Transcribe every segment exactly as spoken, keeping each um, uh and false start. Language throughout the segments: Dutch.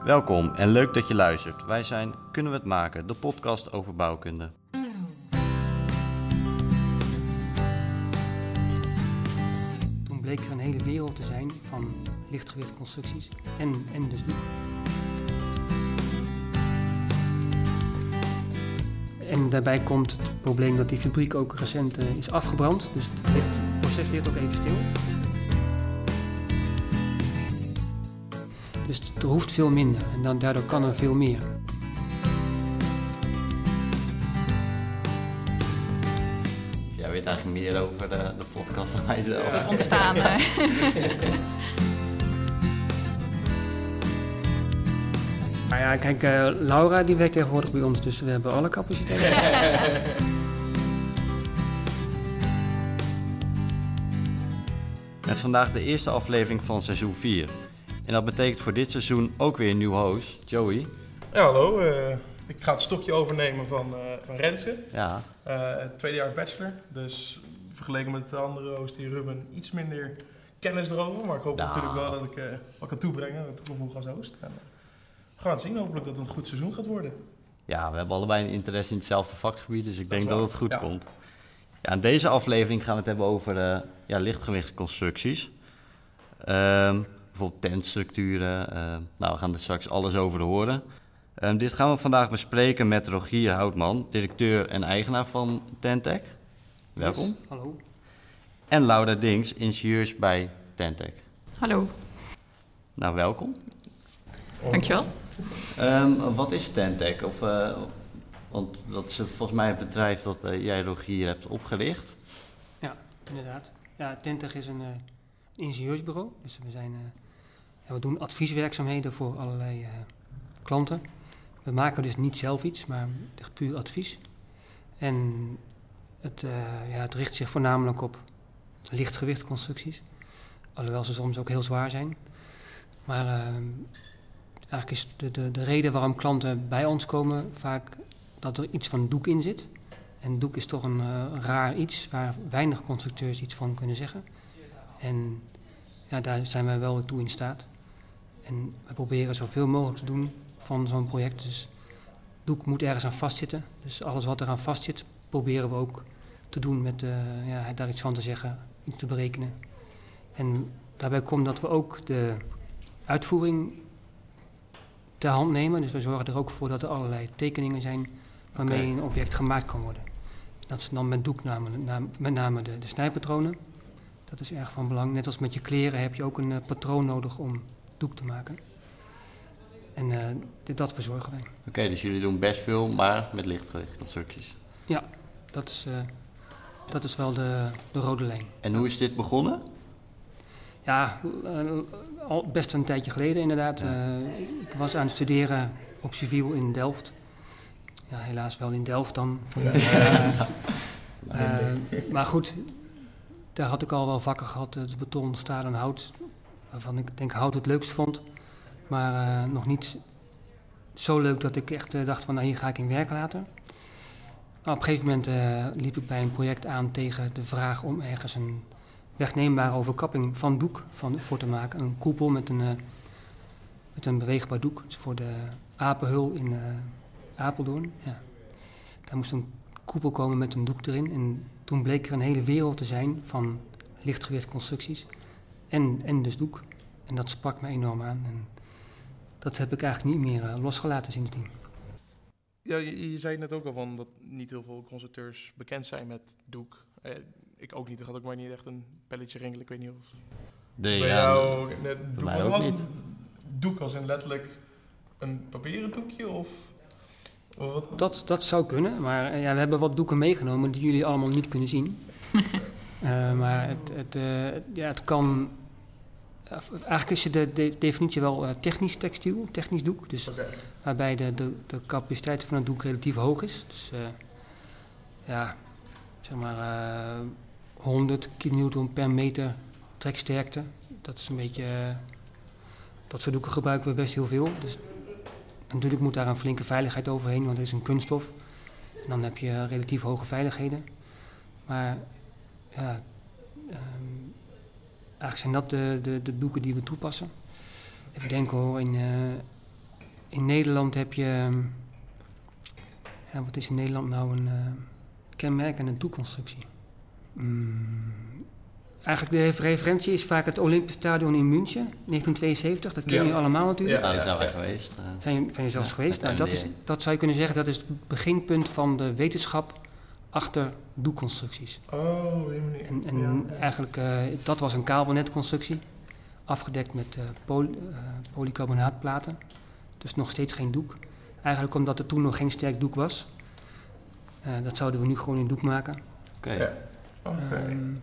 Welkom en leuk dat je luistert. Wij zijn Kunnen we het maken, de podcast over bouwkunde. Toen bleek er een hele wereld te zijn van lichtgewicht constructies en, en dus doek. En daarbij komt het probleem dat die fabriek ook recent uh, is afgebrand. Dus het, ligt, het proces ligt ook even stil. Dus er hoeft veel minder en dan, daardoor kan er veel meer. Jij weet eigenlijk meer over de, de podcast dan mij zelf. Het ontstaan. Ja. Maar ja, kijk, uh, Laura die werkt tegenwoordig bij ons, dus we hebben alle capaciteiten. Het is vandaag de eerste aflevering van seizoen vier. En dat betekent voor dit seizoen ook weer een nieuwe host, Joey. Ja, hallo. Uh, ik ga het stokje overnemen van, uh, van Renze. Ja. Uh, tweedejaars bachelor. Dus vergeleken met de andere host die Ruben iets minder kennis erover. Maar ik hoop nou. natuurlijk wel dat ik uh, wat kan toebrengen. Dat toegevoegd als host. En, uh, we gaan het zien. Hopelijk dat het een goed seizoen gaat worden. Ja, we hebben allebei een interesse in hetzelfde vakgebied. Dus ik dat denk dat het goed ja. komt. Ja, in deze aflevering gaan we het hebben over uh, ja, lichtgewichtconstructies. Um, Bijvoorbeeld tentstructuren. Uh, nou, we gaan er straks alles over horen. Um, dit gaan we vandaag bespreken met Rogier Houtman, directeur en eigenaar van Tentec. Welkom. Yes, hallo. En Laura Dinks, ingenieurs bij Tentec. Hallo. Nou, welkom. Oh. Dankjewel. Um, wat is Tentec? Of, uh, want dat is volgens mij het bedrijf dat uh, jij, Rogier, hebt opgericht. Ja, inderdaad. Ja, Tentec is een uh, ingenieursbureau. Dus we zijn... Uh, Ja, we doen advieswerkzaamheden voor allerlei uh, klanten. We maken dus niet zelf iets, maar echt puur advies. En het, uh, ja, het richt zich voornamelijk op lichtgewichtconstructies. Alhoewel ze soms ook heel zwaar zijn. Maar uh, eigenlijk is de, de, de reden waarom klanten bij ons komen vaak dat er iets van doek in zit. En doek is toch een uh, raar iets waar weinig constructeurs iets van kunnen zeggen. En ja, daar zijn wij wel toe in staat. En we proberen zoveel mogelijk te doen van zo'n project. Dus doek moet ergens aan vastzitten. Dus alles wat eraan vastzit, proberen we ook te doen met uh, ja, daar iets van te zeggen, iets te berekenen. En daarbij komt dat we ook de uitvoering ter hand nemen. Dus we zorgen er ook voor dat er allerlei tekeningen zijn waarmee okay. een object gemaakt kan worden. Dat is dan met doek met name de, de snijpatronen. Dat is erg van belang. Net als met je kleren heb je ook een uh, patroon nodig om doek te maken. En uh, dit, dat verzorgen wij. Oké, okay, dus jullie doen best veel, maar met lichtgewichtconstructies. Ja, dat is, uh, dat is wel de, de rode lijn. En hoe is dit begonnen? Ja, uh, al best een tijdje geleden inderdaad. Ja. Uh, ik was aan het studeren op civiel in Delft. Ja, helaas wel in Delft dan. Ja. Uh, uh, maar goed... Daar had ik al wel vakken gehad, het beton, staal en hout, waarvan ik denk hout het leukst vond. Maar uh, nog niet zo leuk dat ik echt uh, dacht van nou hier ga ik in werk later. Maar op een gegeven moment uh, liep ik bij een project aan tegen de vraag om ergens een wegneembare overkapping van doek van, voor te maken. Een koepel met een, uh, met een beweegbaar doek, dus voor de Apenhul in uh, Apeldoorn. Ja. Daar moest een koepel komen met een doek erin en toen bleek er een hele wereld te zijn van lichtgewichtconstructies en, en dus doek. En dat sprak me enorm aan. En dat heb ik eigenlijk niet meer uh, losgelaten sindsdien. Ja, je, je zei net ook al van dat niet heel veel constructeurs bekend zijn met doek. Eh, ik ook niet. Er gaat ook maar niet echt een pelletje rinkelen. Ik weet niet of... Nee, bij ja, jou... nee, Nee, doek, mij ook niet. Doek als in letterlijk een papieren doekje of... Wat? Dat, dat zou kunnen, maar uh, ja, we hebben wat doeken meegenomen die jullie allemaal niet kunnen zien. uh, maar het, het, uh, ja, het kan... Uh, eigenlijk is de, de definitie wel uh, technisch textiel, technisch doek. Dus okay. Waarbij de, de, de capaciteit van het doek relatief hoog is. Dus uh, ja, zeg maar uh, honderd kilonewton per meter treksterkte. Dat is een beetje... Uh, dat soort doeken gebruiken we best heel veel. Dus natuurlijk moet daar een flinke veiligheid overheen, want het is een kunststof. En dan heb je relatief hoge veiligheden. Maar ja, um, eigenlijk zijn dat de, de, de doeken die we toepassen. Even denken hoor, in, uh, in Nederland heb je... Ja, wat is in Nederland nou een uh, kenmerkende doekconstructie? Mm, eigenlijk de referentie is vaak het Olympisch Stadion in München, negentien tweeënzeventig. Dat kennen Ja. jullie allemaal natuurlijk. Nou, daar zijn wij geweest. Uh, Zijn, ben je zelfs Ja, geweest? Nou, dat, is, dat zou je kunnen zeggen, dat is het beginpunt van de wetenschap achter doekconstructies. Oh, op die manier. En, en Ja, ja. eigenlijk, uh, dat was een kabelnetconstructie, afgedekt met uh, poly, uh, polycarbonaatplaten. Dus nog steeds geen doek. Eigenlijk omdat er toen nog geen sterk doek was. Uh, dat zouden we nu gewoon in doek maken. Oké. Ja. Oké. Um,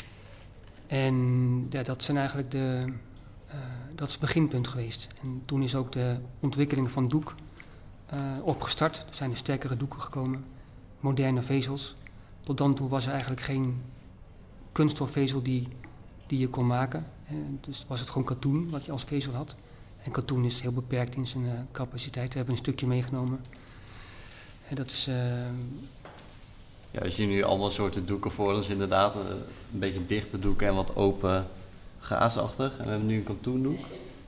en ja, dat zijn eigenlijk de, uh, dat is het beginpunt geweest. En toen is ook de ontwikkeling van doek uh, opgestart. Er zijn er sterkere doeken gekomen, moderne vezels. Tot dan toe was er eigenlijk geen kunststofvezel die, die je kon maken. Uh, dus was het gewoon katoen wat je als vezel had. En katoen is heel beperkt in zijn uh, capaciteit. We hebben een stukje meegenomen. En dat is... Uh, Ja, we zien nu allemaal soorten doeken voor ons inderdaad. Een beetje dichte doeken en wat open gaasachtig. En we hebben nu een katoendoek.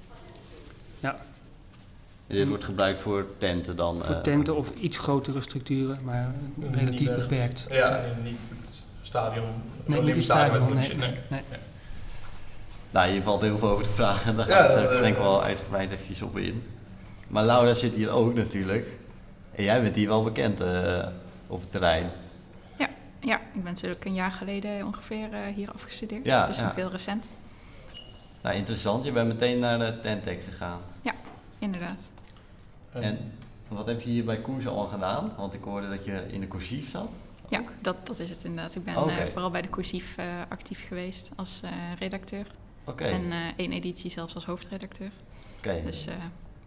Ja. En dit wordt gebruikt voor tenten dan? Voor uh, tenten of iets grotere structuren, maar uh, relatief Niet echt. beperkt. Ja, en niet het stadion. Nee, niet het stadion, nee, München, nee, nee. Nou, hier valt heel veel over te vragen. Daar Ja, gaat het uh, denk ik wel uitgebreid eventjes op in. Maar Laura zit hier ook natuurlijk. En jij bent hier wel bekend uh, op het terrein. Ja, ik ben natuurlijk een jaar geleden ongeveer uh, hier afgestudeerd. Ja, dus ja. nog heel recent. Nou, interessant. Je bent meteen naar de Tentec gegaan. Inderdaad. En, En wat heb je hier bij Koers allemaal gedaan? Want ik hoorde dat je in de cursief zat. Ja, dat, dat is het inderdaad. Ik ben Oké. uh, vooral bij de Cursief uh, actief geweest als uh, redacteur. Oké, En uh, één editie zelfs als hoofdredacteur. oké. Dus uh,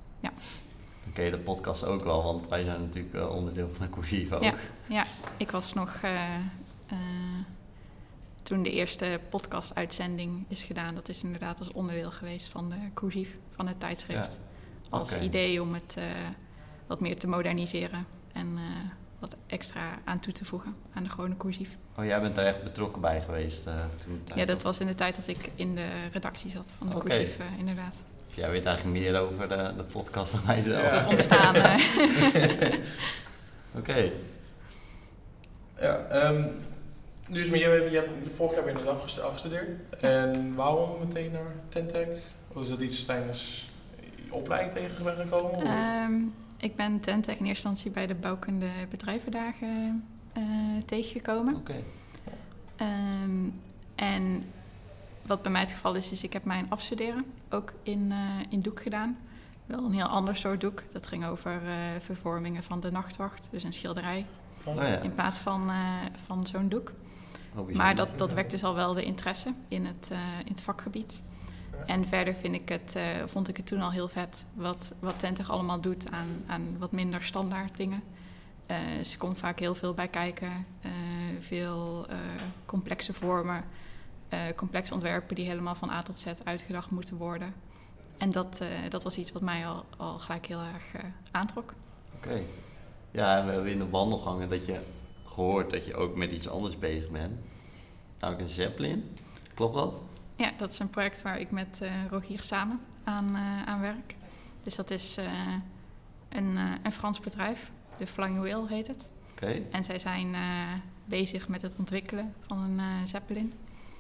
Dan ken je de podcast ook wel, want wij zijn natuurlijk uh, onderdeel van de cursief ook. Ja. ja, ik was nog... Uh, uh, toen de eerste podcast-uitzending is gedaan... dat is inderdaad als onderdeel geweest van de Cursief, van het tijdschrift. Ja. Als Oké. idee om het uh, wat meer te moderniseren... en uh, wat extra aan toe te voegen aan de gewone Cursief. Oh, jij bent daar echt betrokken bij geweest uh, toen? Ja, dat was in de tijd dat ik in de redactie zat van de Oké. Cursief, uh, inderdaad. Jij weet eigenlijk meer over de, de podcast dan mij zelf. Ja. Het ontstaan. Uh, Oké. Okay. ja, um, dus maar je, je hebt vorig jaar ben je dus afgest- afgestudeerd. En waarom meteen naar Tentec? Was dat iets tijdens je opleiding tegen ben gekomen? Of? um, ik ben Tentec in eerste instantie bij de bouwkunde bedrijvendagen uh, tegengekomen. Oké. Um, en wat bij mij het geval is, is ik heb mijn afstuderen ook in, uh, in doek gedaan. Wel een heel ander soort doek. Dat ging over uh, vervormingen van de nachtwacht, dus een schilderij. Van, Oh ja. In plaats van, uh, van zo'n doek. Oh, bijzonder. Maar dat, dat wekt dus al wel de interesse in het, uh, in het vakgebied. Ja. En verder vind ik het, uh, vond ik het toen al heel vet wat, wat Tentec allemaal doet aan, aan wat minder standaard dingen. Uh, ze komt vaak heel veel bij kijken. Uh, veel uh, complexe vormen, uh, complexe ontwerpen die helemaal van A tot Z uitgedacht moeten worden. En dat, uh, dat was iets wat mij al, al gelijk heel erg uh, aantrok. Oké. Okay. Ja, en we hebben in de wandelgangen dat je gehoord dat je ook met iets anders bezig bent. Namelijk een Zeppelin. Klopt dat? Ja, dat is een project waar ik met uh, Rogier samen aan, uh, aan werk. Dus dat is uh, een, uh, een Frans bedrijf. De Flying Wheel heet het. Oké. Okay. En zij zijn uh, bezig met het ontwikkelen van een uh, Zeppelin.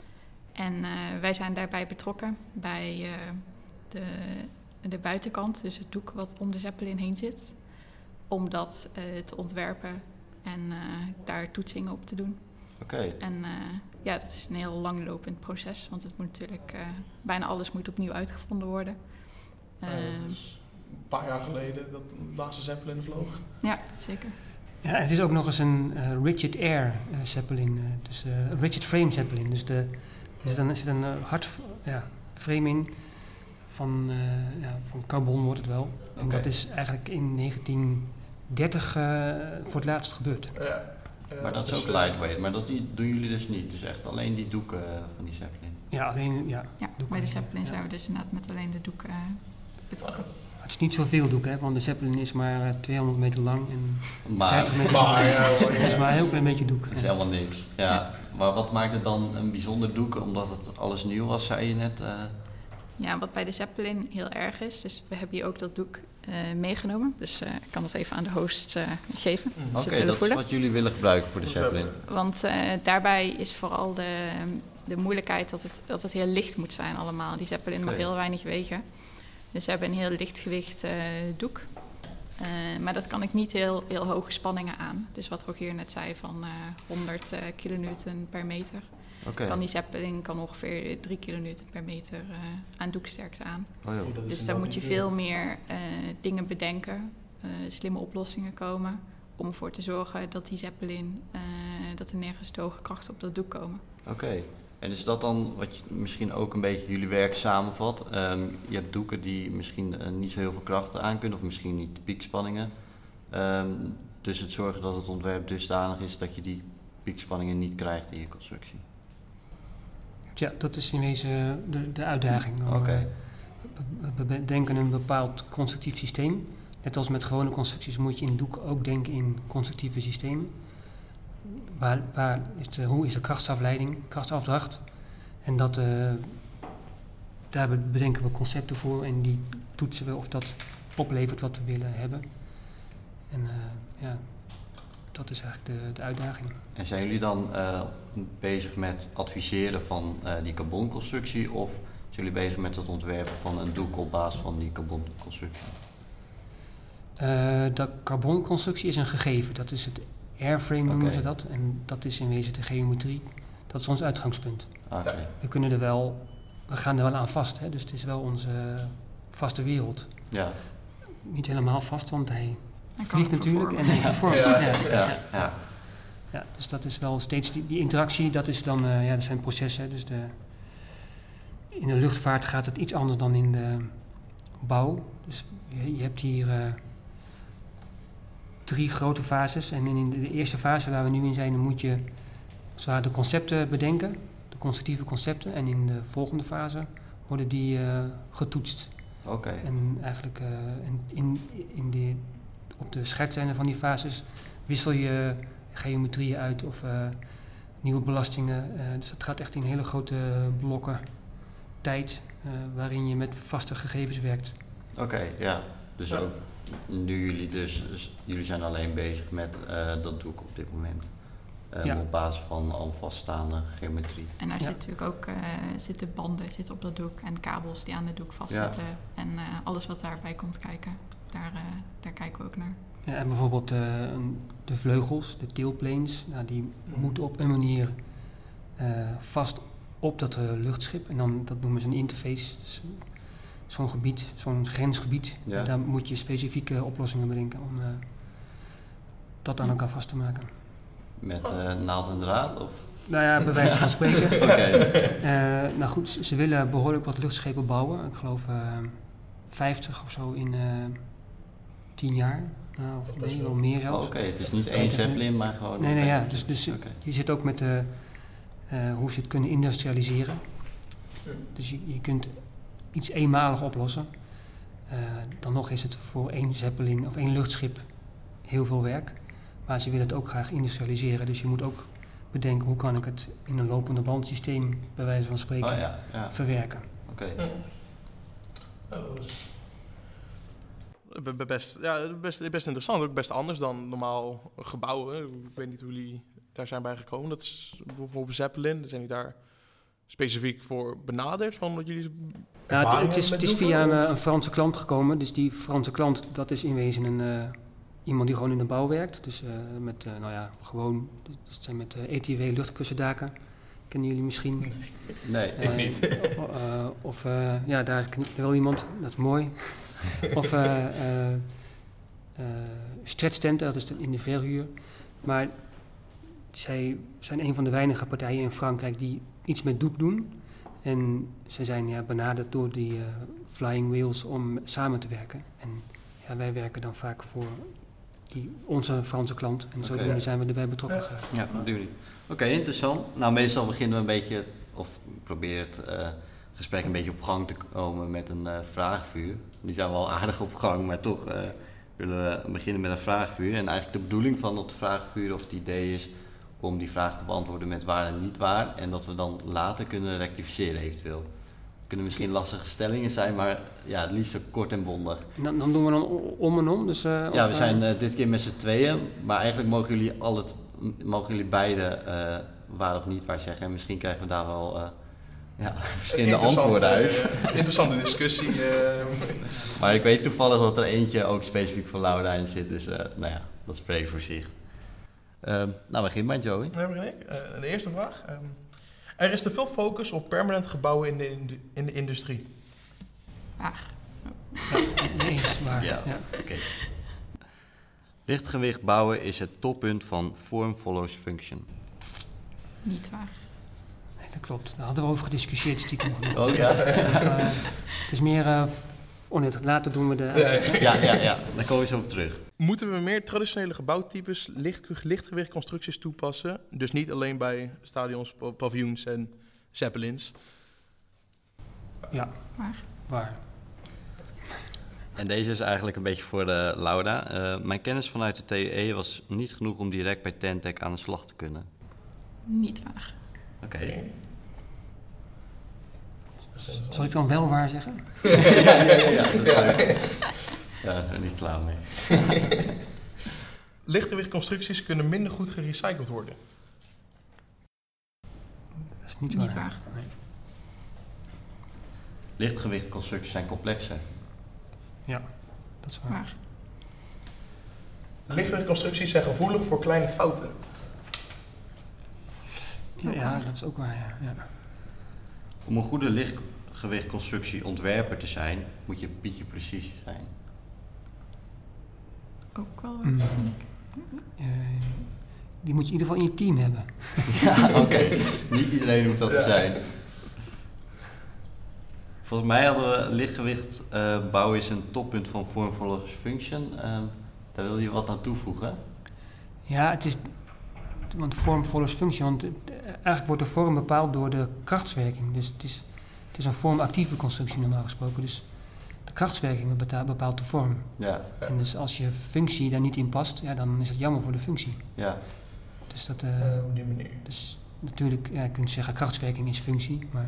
En uh, wij zijn daarbij betrokken bij uh, de, de buitenkant, dus het doek wat om de Zeppelin heen zit. Om dat uh, te ontwerpen en uh, daar toetsingen op te doen. Oké. Okay. En uh, ja, dat is een heel langlopend proces, want het moet natuurlijk, uh, bijna alles moet opnieuw uitgevonden worden. Uh, uh, dus een paar jaar geleden dat de laatste Zeppelin vloog. Ja, zeker. Ja, het is ook nog eens een uh, rigid air uh, Zeppelin, uh, dus uh, rigid frame Zeppelin. Dus de, er zit een, er zit een uh, hard ja, frame in van, uh, ja, van carbon wordt het wel. En Okay. dat is eigenlijk in negentien dertig uh, voor het laatst gebeurd. Ja. Uh, Maar dat is dus, ook uh, lightweight, maar dat die, doen jullie dus niet. Dus echt alleen die doeken uh, van die Zeppelin. Ja, alleen, ja. Ja, doeken, bij de Zeppelin ja. zijn we dus inderdaad met alleen de doek uh, betrokken. Het is niet zoveel doek, hè, want de Zeppelin is maar uh, tweehonderd meter lang en Maar vijftig meter Maar, lang. ja, hoor, Het ja. is maar een heel klein beetje doek. dat is Ja. helemaal niks. Ja. Maar wat maakt het dan een bijzonder doek? Omdat het alles nieuw was, zei je net. Uh... Ja, wat bij de Zeppelin heel erg is, dus we hebben hier ook dat doek uh, meegenomen. Dus uh, ik kan dat even aan de host uh, geven. Oké, okay, dat voelen. Is wat jullie willen gebruiken voor de Zeppelin. Want uh, daarbij is vooral de, de moeilijkheid dat het, dat het heel licht moet zijn allemaal. Die Zeppelin okay. mag heel weinig wegen. Dus ze hebben een heel lichtgewicht uh, doek. Uh, maar dat kan ik niet heel, heel hoge spanningen aan. Dus wat Rogier net zei van uh, honderd uh, kilonewton per meter. Okay. Kan die Zeppelin kan ongeveer drie kilonewton per meter uh, aan doeksterkte aan. Oh, ja. Dus daar moet je veel meer uh, dingen bedenken, uh, slimme oplossingen komen om ervoor te zorgen dat die Zeppelin, uh, dat er nergens te hoge krachten op dat doek komen. Oké, okay. En is dat dan wat je misschien ook een beetje jullie werk samenvat? Um, je hebt doeken die misschien uh, niet zo heel veel krachten aan kunnen of misschien niet de piekspanningen. Um, dus het zorgen dat het ontwerp dusdanig is dat je die piekspanningen niet krijgt in je constructie. Ja, dat is in wezen de, de uitdaging. Oké. Okay. We bedenken een bepaald constructief systeem. Net als met gewone constructies moet je in doek ook denken in constructieve systemen. Waar, waar is de, hoe is de krachtsafleiding, krachtsafdracht? En dat, uh, daar bedenken we concepten voor en die toetsen we of dat oplevert wat we willen hebben. En uh, ja, dat is eigenlijk de, de uitdaging. En zijn jullie dan uh, bezig met adviseren van uh, die carbonconstructie of zijn jullie bezig met het ontwerpen van een doek op basis van die carbonconstructie? Uh, de carbonconstructie is een gegeven, dat is het airframe noemen okay. ze dat. En dat is in wezen de geometrie. Dat is ons uitgangspunt. Okay. We kunnen er wel, we gaan er wel aan vast, hè? Dus het is wel onze vaste wereld. Ja. Niet helemaal vast, want hij, hij vliegt natuurlijk en hij vervormt. Ja. Ja. Ja. Ja. Ja. Ja, dus dat is wel steeds die, die interactie, dat is dan, uh, ja, dat zijn processen. Dus de, in de luchtvaart gaat het iets anders dan in de bouw. Dus je, je hebt hier uh, drie grote fases. En in de eerste fase waar we nu in zijn, dan moet je als het ware de concepten bedenken, de constructieve concepten. En in de volgende fase worden die uh, getoetst. Oké. Okay. En eigenlijk uh, in, in de, op de schertlijnen van die fases wissel je geometrieën uit of uh, nieuwe belastingen. Uh, dus het gaat echt in hele grote blokken tijd uh, waarin je met vaste gegevens werkt. Oké, okay, ja. Dus ja. Ook nu jullie dus, dus, jullie zijn alleen bezig met uh, dat doek op dit moment. Um, ja. Op basis van al vaststaande geometrie. En daar ja. zit natuurlijk ook uh, zitten banden zitten op dat doek en kabels die aan de doek vastzitten. Ja. En uh, alles wat daarbij komt kijken, daar, uh, daar kijken we ook naar. Ja, en bijvoorbeeld uh, de vleugels, de tailplanes, nou, die mm. moeten op een manier uh, vast op dat uh, luchtschip. En dan, dat noemen ze een interface. Dus zo'n gebied, zo'n grensgebied. Ja. Daar moet je specifieke oplossingen bedenken om uh, dat aan elkaar vast te maken. Met uh, naald en draad? Of? Nou ja, bij wijze van spreken. Oké. Okay. Uh, nou goed, ze willen behoorlijk wat luchtschepen bouwen. Ik geloof uh, vijftig of zo in uh, tien jaar. Nou, of nee, wel meer zelfs. Oh, Oké, okay. Het is niet één Zeppelin, maar gewoon... Nee, nee, ja. Dus, dus okay. je zit ook met uh, uh, hoe ze het kunnen industrialiseren. Dus je, je kunt iets eenmalig oplossen. Uh, dan nog is het voor één Zeppelin of één luchtschip heel veel werk. Maar ze willen het ook graag industrialiseren. Dus je moet ook bedenken hoe kan ik het in een lopende bandsysteem, bij wijze van spreken, oh, ja, ja. verwerken. Oké. Okay. Ja, best, ja, best, best interessant. Ook best anders dan normaal gebouwen. Ik weet niet hoe jullie daar zijn bij gekomen. Dat is bijvoorbeeld Zeppelin. Zijn jullie daar specifiek voor benaderd? Van wat jullie ja, het, het, is, het is via een, een Franse klant gekomen. Dus die Franse klant, dat is in wezen een... Uh, iemand die gewoon in de bouw werkt, dus uh, met, uh, nou ja, gewoon, dus het zijn met uh, E T W luchtkussendaken. Kennen jullie misschien? Nee, nee uh, ik niet. uh, of, uh, ja, daar kent wel iemand, dat is mooi. of uh, uh, uh, stretchtenten, dat is in de verhuur. Maar zij zijn een van de weinige partijen in Frankrijk die iets met doek doen. En zij zijn ja, benaderd door die uh, Flying Wheels om samen te werken. En ja, wij werken dan vaak voor die, onze Franse klant. En zodoende okay. zijn we erbij betrokken geraakt. Ja, natuurlijk. Oké, okay, interessant. Nou, meestal beginnen we een beetje, of proberen het uh, gesprek een beetje op gang te komen met een uh, vraagvuur. Die zijn wel aardig op gang, maar toch uh, willen we beginnen met een vraagvuur. En eigenlijk de bedoeling van dat vraagvuur of het idee is om die vraag te beantwoorden met waar en niet waar. En dat we dan later kunnen rectificeren eventueel. kunnen misschien lastige stellingen zijn, maar ja, het liefst ook kort en bondig. En dan, dan doen we dan om en om. Dus, uh, ja, of, we zijn uh, dit keer met z'n tweeën, maar eigenlijk mogen jullie, al het, mogen jullie beide uh, waar of niet waar zeggen. En misschien krijgen we daar wel uh, ja, verschillende antwoorden uit. Uh, interessante discussie. Uh. Maar ik weet toevallig dat er eentje ook specifiek voor Laura in zit, dus uh, nou ja, dat spreekt voor zich. Uh, nou, begin maar, Joey. Ja, begin ik. Uh, de eerste vraag. Um, er is te veel focus op permanent gebouwen in de, in de industrie. Waar. Ja, nee, is waar. Ja, ja. oké. Okay. Lichtgewicht bouwen is het toppunt van form follows function. Niet waar. Nee, dat klopt. Daar hadden we over gediscussieerd, stiekem genoeg. Oh ja? uh, het is meer... Uh, oh nee, later doen we de... Uh, ja, ja, ja. Daar komen we zo op terug. Moeten we meer traditionele gebouwtypes licht, lichtgewicht constructies toepassen? Dus niet alleen bij stadions, paviljoens en zeppelins? Ja. Waar? Waar. En deze is eigenlijk een beetje voor de Laura. Uh, mijn kennis vanuit de T U E was niet genoeg om direct bij Tentec aan de slag te kunnen. Niet waar. Oké. Okay. Zal ik dan wel waar zeggen? ja, ja, ja, ja, dat is leuk. Ja, daar zijn we niet klaar mee. Lichtgewichtconstructies kunnen minder goed gerecycled worden. Dat is niet, niet waar. waar. Nee. Lichtgewichtconstructies zijn complexer. Ja, dat is waar. waar. Lichtgewichtconstructies zijn gevoelig voor kleine fouten. Ja, ja, dat is ook waar, ja. ja. Om een goede lichtgewichtconstructie ontwerper te zijn, moet je pietje precies zijn. Ook wel waar, mm. vind ik. Uh, die moet je in ieder geval in je team hebben. Ja, oké. Okay. Niet iedereen hoeft dat ja. te zijn. Volgens mij hadden we lichtgewicht uh, bouwen is een toppunt van form follows function. Uh, daar wil je wat aan toevoegen? Ja, het is... Want vorm follows function, want het, eigenlijk wordt de vorm bepaald door de krachtswerking. Dus het is, het is een vormactieve constructie normaal gesproken. Dus de krachtswerking bepaalt de vorm. Ja. En dus als je functie daar niet in past, ja, dan is het jammer voor de functie. Ja. Dus dat... Uh, uh, op die manier. Dus natuurlijk, ja, je kunt zeggen krachtswerking is functie, maar...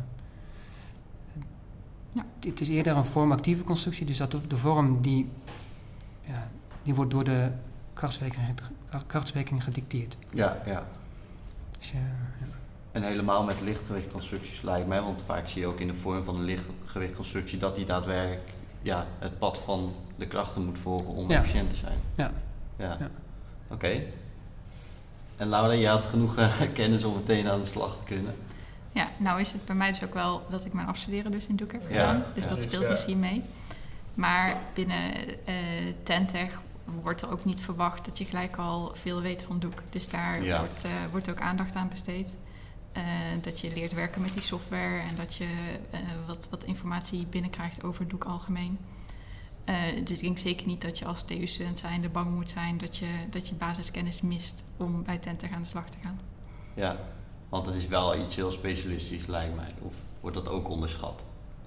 Ja. Het is eerder een vormactieve constructie, dus dat de, de vorm die... Ja, die wordt door de krachtswerking, krachtswerking gedicteerd. Ja, ja. Dus, uh, ja. En helemaal met lichtgewichtconstructies lijkt mij, want vaak zie je ook in de vorm van een lichtgewichtconstructie dat die daadwerkelijk ja, het pad van de krachten moet volgen om ja. efficiënt te zijn. Ja. Ja. ja. Oké. Okay. En Laura, je had genoeg uh, kennis om meteen aan de slag te kunnen. Ja, nou is het bij mij dus ook wel dat ik mijn afstuderen dus in Doek heb gedaan. Ja, dus ja, dat speelt ja. misschien mee. Maar binnen uh, Tentec wordt er ook niet verwacht dat je gelijk al veel weet van Doek. Dus daar ja. wordt, uh, wordt ook aandacht aan besteed. Uh, dat je leert werken met die software en dat je uh, wat, wat informatie binnenkrijgt over Doek algemeen. Uh, dus ik denk zeker niet dat je als T U-student zijnde bang moet zijn dat je, dat je basiskennis mist om bij Tentec aan de slag te gaan. Ja, want het is wel iets heel specialistisch lijkt mij. Of wordt dat ook onderschat?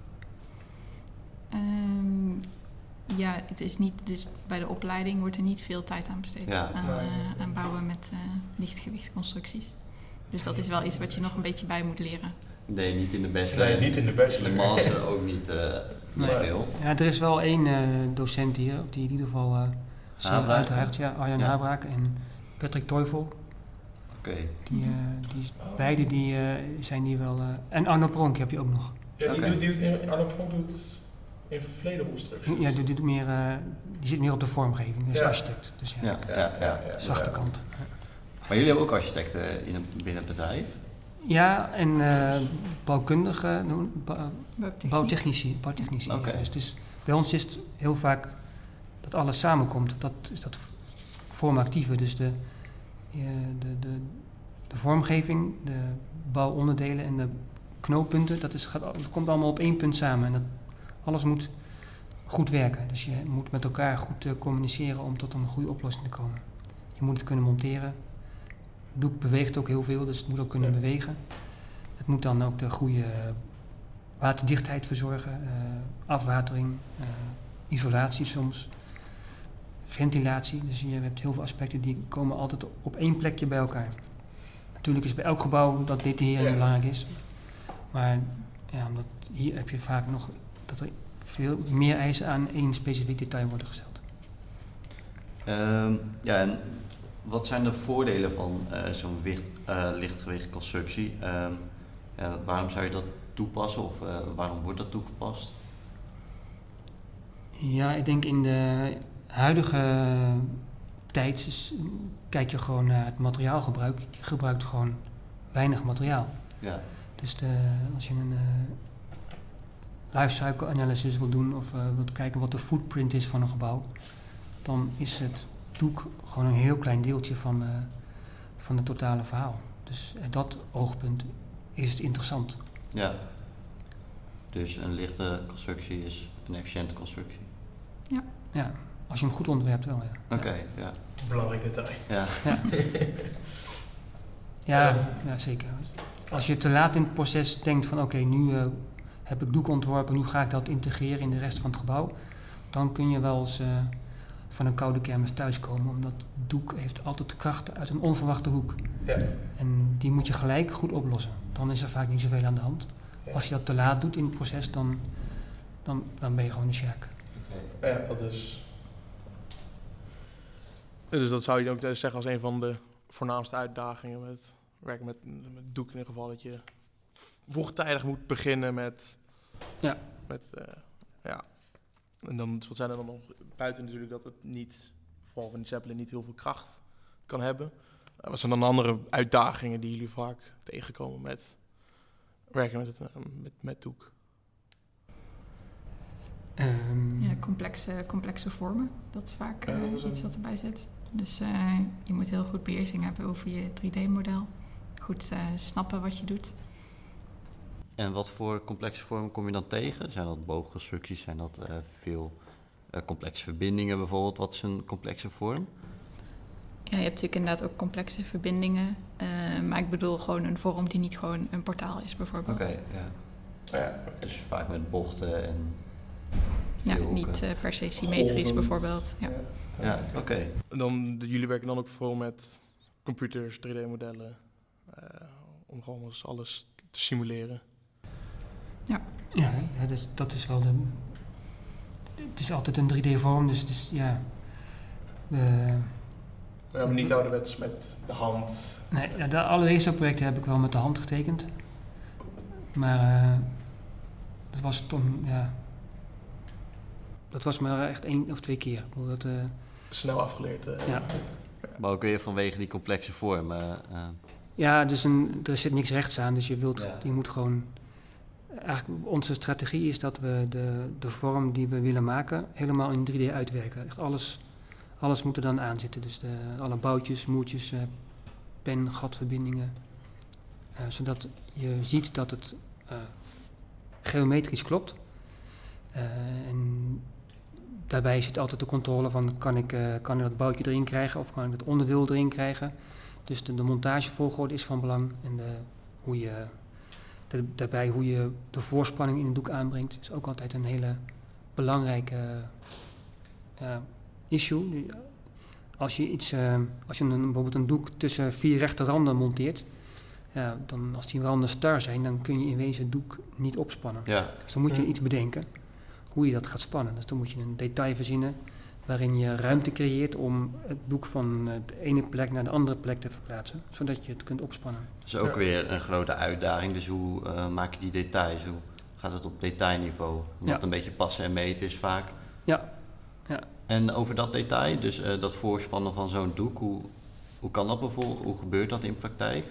Um, ja, het is niet, dus bij de opleiding wordt er niet veel tijd aan besteed. Ja. Aan, uh, aan bouwen met uh, lichtgewichtconstructies. Dus dat is wel iets wat je nog een beetje bij moet leren. Nee, niet in de bachelor. Nee, niet in de bachelor. De master ook niet, uh, niet nee. veel. Ja, er is wel één uh, docent hier, die in ieder geval uh, zeer uiteraard, ja, Arjan ja. Habraak en Patrick Teufel. Oké. Okay. Die, uh, die, beide die, uh, zijn hier wel... Uh, en Arno Pronk heb je ook nog. Ja, die, okay. doet, die doet in, Arno Pronk doet in vledeconstructies. Ja, die, doet meer, uh, die zit meer op de vormgeving, dus ja. architect. Dus ja, ja, ja, ja, ja. zachte ja. kant. Ja. Maar jullie hebben ook architecten in een, binnen het bedrijf? Ja, en uh, bouwkundige, bouw, bouwtechnici. bouwtechnici okay. ja. Dus het is, bij ons is het heel vaak dat alles samenkomt. Dat is dat vormactieve, dus de, uh, de, de, de vormgeving, de bouwonderdelen en de knooppunten. Dat, is, gaat, dat komt allemaal op één punt samen. En dat, alles moet goed werken. Dus je moet met elkaar goed uh, communiceren om tot een goede oplossing te komen. Je moet het kunnen monteren. Doek beweegt ook heel veel, dus het moet ook kunnen ja. bewegen. Het moet dan ook de goede waterdichtheid verzorgen, uh, afwatering, uh, isolatie soms, ventilatie. Dus je hebt heel veel aspecten die komen altijd op één plekje bij elkaar. Natuurlijk is bij elk gebouw dat detaillering ja. belangrijk is, maar Ja, omdat hier heb je vaak nog dat er veel meer eisen aan één specifiek detail worden gesteld. Um, ja, en wat zijn de voordelen van uh, zo'n wicht, uh, lichtgewicht constructie? Um, uh, waarom zou je dat toepassen of uh, waarom wordt dat toegepast? Ja, ik denk in de huidige tijd is, kijk je gewoon naar het materiaalgebruik. Je gebruikt gewoon weinig materiaal. Ja. Dus de, als je een uh, lifecycle analysis wil doen of uh, wilt kijken wat de footprint is van een gebouw, dan is het doek gewoon een heel klein deeltje van, uh, van het totale verhaal. Dus uit dat oogpunt is het interessant. Ja. Dus een lichte constructie is een efficiënte constructie. Ja. Ja, als je hem goed ontwerpt wel, ja. Oké, okay, ja. Belangrijk detail. Ja. Ja. ja, ja, zeker. Als je te laat in het proces denkt van oké, okay, nu uh, heb ik doek ontworpen, nu ga ik dat integreren in de rest van het gebouw, dan kun je wel eens uh, van een koude kermis thuiskomen, omdat doek heeft altijd krachten uit een onverwachte hoek. Ja. En die moet je gelijk goed oplossen. Dan is er vaak niet zoveel aan de hand. Ja. Als je dat te laat doet in het proces, dan, dan, dan ben je gewoon een sjaak. Ja, dat is... Dus dat zou je ook zeggen als een van de voornaamste uitdagingen met werken met, met doek, in ieder geval dat je vroegtijdig moet beginnen met... Ja. Met, uh, ja. En dan, wat zijn er dan nog buiten natuurlijk dat het niet, vooral van die Zeppelin, niet heel veel kracht kan hebben. Uh, wat zijn dan andere uitdagingen die jullie vaak tegenkomen met werken met, het, uh, met, met doek? Um, ja, complexe, complexe vormen. Dat is vaak uh, ja, dat is iets wat erbij zit. Dus uh, je moet heel goed beheersing hebben over je drie D-model. Goed uh, snappen wat je doet. En wat voor complexe vormen kom je dan tegen? Zijn dat boogconstructies? Zijn dat uh, veel uh, complexe verbindingen bijvoorbeeld? Wat is een complexe vorm? Ja, je hebt natuurlijk inderdaad ook complexe verbindingen. Uh, maar ik bedoel gewoon een vorm die niet gewoon een portaal is bijvoorbeeld. Oké, okay, ja. ja. Dus vaak met bochten en... Ja, niet uh, per se symmetrisch Golven. bijvoorbeeld. Ja, ja, ja oké. Okay. Dan, jullie werken dan ook vooral met computers, drie D-modellen, uh, om gewoon alles, alles te simuleren. Ja, ja dus dat is wel de... Het is altijd een drie D-vorm, dus het is, ja... We, ja, maar niet ouderwets met de hand. Nee, ja, de allereerste projecten heb ik wel met de hand getekend. Maar uh, dat was toen, ja... Dat was maar echt één of twee keer. Dat, uh, Snel afgeleerd. Uh, ja. Maar ook weer vanwege die complexe vorm. Uh, uh. Ja, dus een, er zit niks rechts aan. Dus je, wilt, ja. je moet gewoon... Eigenlijk onze strategie is dat we de, de vorm die we willen maken helemaal in drie D uitwerken. Echt alles, alles moet er dan aan zitten. Dus de, alle boutjes, moertjes, uh, pen, gatverbindingen. Uh, zodat je ziet dat het uh, geometrisch klopt. Uh, en daarbij zit altijd de controle van kan ik, uh, kan ik dat boutje erin krijgen of kan ik dat onderdeel erin krijgen. Dus de, de montagevolgorde is van belang en de, hoe je, de, daarbij hoe je de voorspanning in het doek aanbrengt is ook altijd een hele belangrijke uh, issue. Als je, iets, uh, als je een, bijvoorbeeld een doek tussen vier rechte randen monteert, ja, dan als die randen star zijn, dan kun je in wezen het doek niet opspannen. Ja. Dus dan moet je iets bedenken hoe je dat gaat spannen. Dus dan moet je een detail verzinnen waarin je ruimte creëert om het doek van de ene plek naar de andere plek te verplaatsen, zodat je het kunt opspannen. Dat is ook ja. weer een grote uitdaging. Dus hoe uh, maak je die details? Hoe gaat het op detailniveau? Omdat ja. een beetje passen en meten is vaak. Ja. ja. En over dat detail, dus uh, dat voorspannen van zo'n doek, hoe, hoe kan dat bijvoorbeeld? Hoe gebeurt dat in praktijk?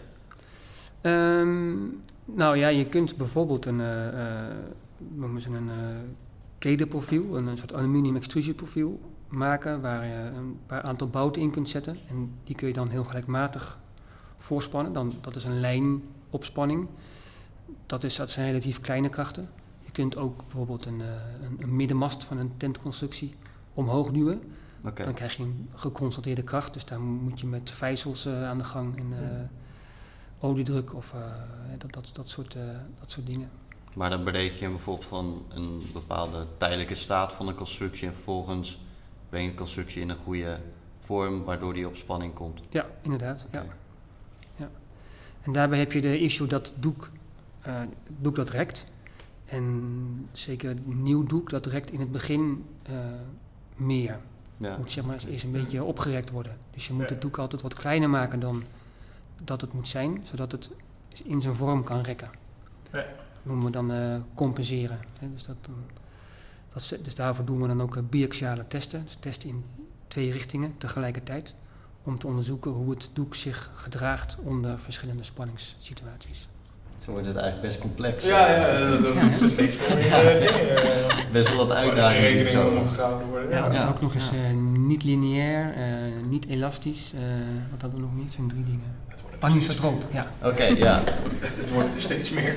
Um, nou ja, je kunt bijvoorbeeld een, uh, uh, noemen ze een uh, kedenprofiel, een, een soort aluminium extrusieprofiel maken waar je een paar aantal bouten in kunt zetten. En die kun je dan heel gelijkmatig voorspannen. Dan, dat is een lijnopspanning. Dat, is, dat zijn relatief kleine krachten. Je kunt ook bijvoorbeeld een, uh, een, een middenmast van een tentconstructie omhoog duwen. Okay. Dan krijg je een geconcentreerde kracht. Dus daar moet je met vijzels uh, aan de gang en uh, oliedruk of uh, dat, dat, dat, soort, uh, dat soort dingen. Maar dan bereken je bijvoorbeeld van een bepaalde tijdelijke staat van een constructie en vervolgens breng je de constructie in een goede vorm waardoor die op spanning komt. Ja, inderdaad. Okay. Ja. Ja. En daarbij heb je de issue dat het doek, uh, het doek dat rekt. En zeker nieuw doek, dat rekt in het begin uh, meer. Ja. Moet zeg maar eerst een beetje opgerekt worden. Dus je moet Ja. het doek altijd wat kleiner maken dan dat het moet zijn, zodat het in zijn vorm kan rekken. Ja. Dat noemen we dan uh, compenseren. Hè? Dus, dat, dat, dus daarvoor doen we dan ook uh, biaxiale testen. Dus testen in twee richtingen tegelijkertijd. Om te onderzoeken hoe het doek zich gedraagt onder verschillende spanningssituaties. Zo wordt het eigenlijk best complex. Ja, ja, dat is ja. steeds meer ja. dingen. Uh, best wel wat uitdagingen. Rekeningen omgegaan worden. Ja, Ja, dat is ja. ook nog eens uh, niet lineair, uh, niet elastisch. Uh, wat hadden we nog niet? Zo'n drie dingen. Anisotroop, ja. Oké, okay, ja. Het wordt er steeds meer.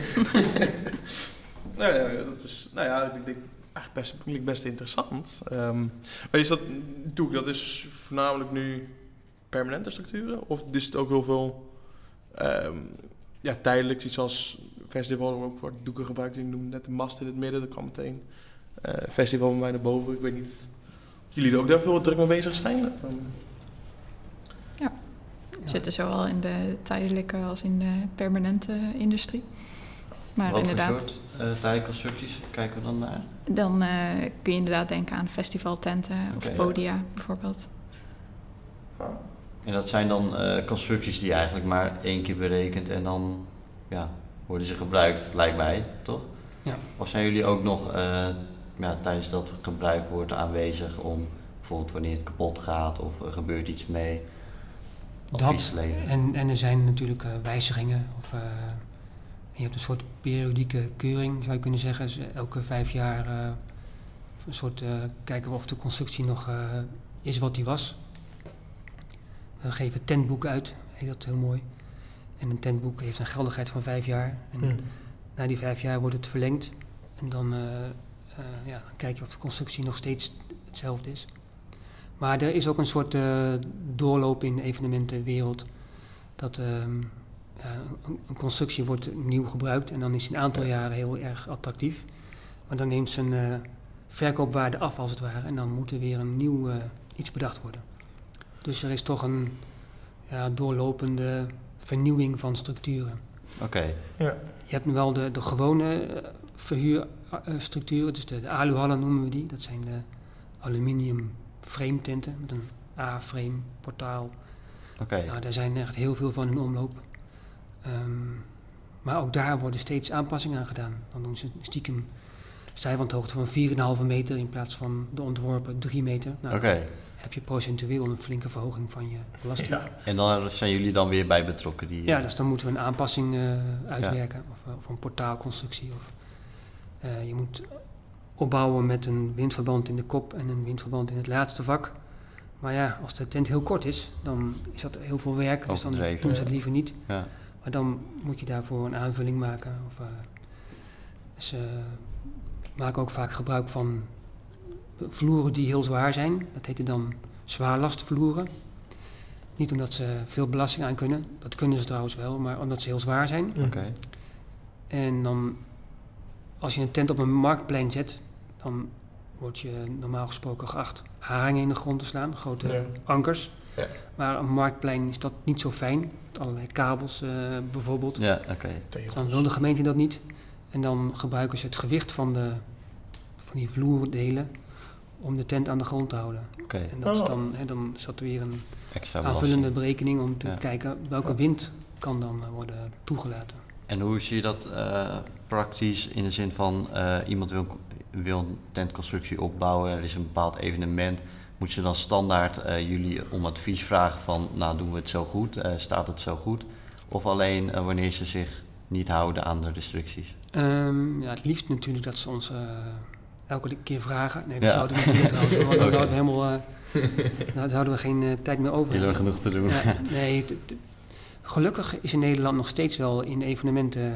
nou ja, dat is, nou ja, ik denk eigenlijk best, klinkt best interessant. Um, maar is dat doek, dat is voornamelijk nu permanente structuren? Of is het ook heel veel um, ja, tijdelijk, iets als festival, waar ook wordt doeken gebruikt. Je noemde net de mast in het midden, dat kwam meteen. Uh, festival bij mij naar boven, ik weet niet of jullie er ook daar veel druk mee bezig zijn? Um, ja. We zitten zowel in de tijdelijke als in de permanente industrie. Maar wat inderdaad, voor soort uh, tijdconstructies kijken we dan naar? Dan uh, kun je inderdaad denken aan festivaltenten okay, of podia ja. bijvoorbeeld. En dat zijn dan uh, constructies die je eigenlijk maar één keer berekent en dan ja, worden ze gebruikt, lijkt mij, toch? Ja. Of zijn jullie ook nog uh, ja, tijdens dat het gebruikt wordt aanwezig om bijvoorbeeld wanneer het kapot gaat of er gebeurt iets mee? Dat, en, en er zijn natuurlijk uh, wijzigingen. Of, uh, je hebt een soort periodieke keuring, zou je kunnen zeggen. Dus elke vijf jaar uh, een soort uh, kijken we of de constructie nog uh, is wat die was. We geven tentboeken uit, heet dat heel mooi. En een tentboek heeft een geldigheid van vijf jaar. En hmm. na die vijf jaar wordt het verlengd. En dan, uh, uh, ja, dan kijk je of de constructie nog steeds hetzelfde is. Maar er is ook een soort uh, doorloop in de evenementenwereld. Dat uh, ja, een, een constructie wordt nieuw gebruikt en dan is die een aantal jaren heel erg attractief. Maar dan neemt zijn uh, verkoopwaarde af als het ware en dan moet er weer een nieuw uh, iets bedacht worden. Dus er is toch een ja, doorlopende vernieuwing van structuren. Oké. Okay. Ja. Je hebt nu wel de, de gewone uh, verhuurstructuren, dus de, de aluhallen noemen we die. Dat zijn de aluminium frame tenten met een A-frame portaal. Okay. Nou, daar zijn echt heel veel van in omloop. Um, maar ook daar worden steeds aanpassingen aan gedaan. Dan doen ze stiekem zijwandhoogte van vier komma vijf meter in plaats van de ontworpen drie meter. Nou, okay. heb je procentueel een flinke verhoging van je belasting. Ja. En dan zijn jullie dan weer bij betrokken? Die, ja, dus dan moeten we een aanpassing uh, uitwerken. Ja. Of, uh, of een portaalconstructie. Of, uh, je moet opbouwen met een windverband in de kop en een windverband in het laatste vak. Maar ja, als de tent heel kort is, dan is dat heel veel werk. Dus dan doen ze het liever niet. Ja. Maar dan moet je daarvoor een aanvulling maken. Of, uh, ze maken ook vaak gebruik van vloeren die heel zwaar zijn. Dat heette dan zwaarlastvloeren. Niet omdat ze veel belasting aan kunnen. Dat kunnen ze trouwens wel, maar omdat ze heel zwaar zijn. Okay. En dan, als je een tent op een marktplein zet, dan word je normaal gesproken geacht haringen in de grond te slaan, grote ja. ankers. Ja. Maar op een marktplein is dat niet zo fijn. Allerlei kabels uh, bijvoorbeeld. Ja, okay. Dus dan wil de gemeente dat niet. En dan gebruiken ze het gewicht van, de, van die vloerdelen om de tent aan de grond te houden. Okay. En dat is dan, hè, dan is dat weer een extra aanvullende berekening om te ja. kijken welke wind kan dan uh, worden toegelaten. En hoe zie je dat uh, praktisch in de zin van uh, iemand wil, wil een tentconstructie opbouwen, er is een bepaald evenement, moet ze dan standaard uh, jullie om advies vragen van, nou doen we het zo goed, uh, staat het zo goed? Of alleen uh, wanneer ze zich niet houden aan de restricties? Um, ja, het liefst natuurlijk dat ze ons uh, elke keer vragen. Nee, dat ja. zouden we niet doen trouwens. Dan okay. zouden we helemaal, uh, dan zouden we geen uh, tijd meer over hebben. Genoeg te doen. Ja, nee, t- t- gelukkig is in Nederland nog steeds wel in evenementen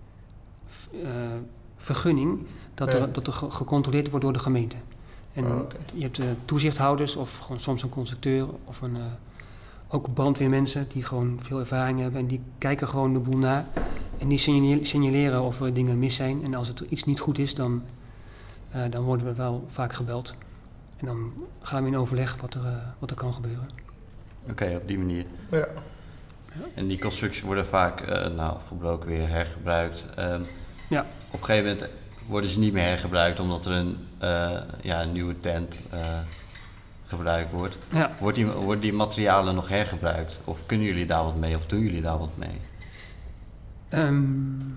uh, vergunning dat, ja. er, dat er ge- gecontroleerd wordt door de gemeente. En oh, okay. je hebt uh, toezichthouders of gewoon soms een constructeur of een, uh, ook brandweermensen die gewoon veel ervaring hebben en die kijken gewoon de boel na. En die signale- signaleren of er dingen mis zijn. En als het iets niet goed is, dan, uh, dan worden we wel vaak gebeld. En dan gaan we in overleg wat er, uh, wat er kan gebeuren. Oké, okay, op die manier. Ja. Ja. En die constructies worden vaak uh, nou, gebroken weer hergebruikt. Um, ja. Op een gegeven moment worden ze niet meer hergebruikt omdat er een, uh, ja, een nieuwe tent uh, gebruikt wordt. Ja. Wordt die, worden die materialen nog hergebruikt? Of kunnen jullie daar wat mee? Of doen jullie daar wat mee? Um,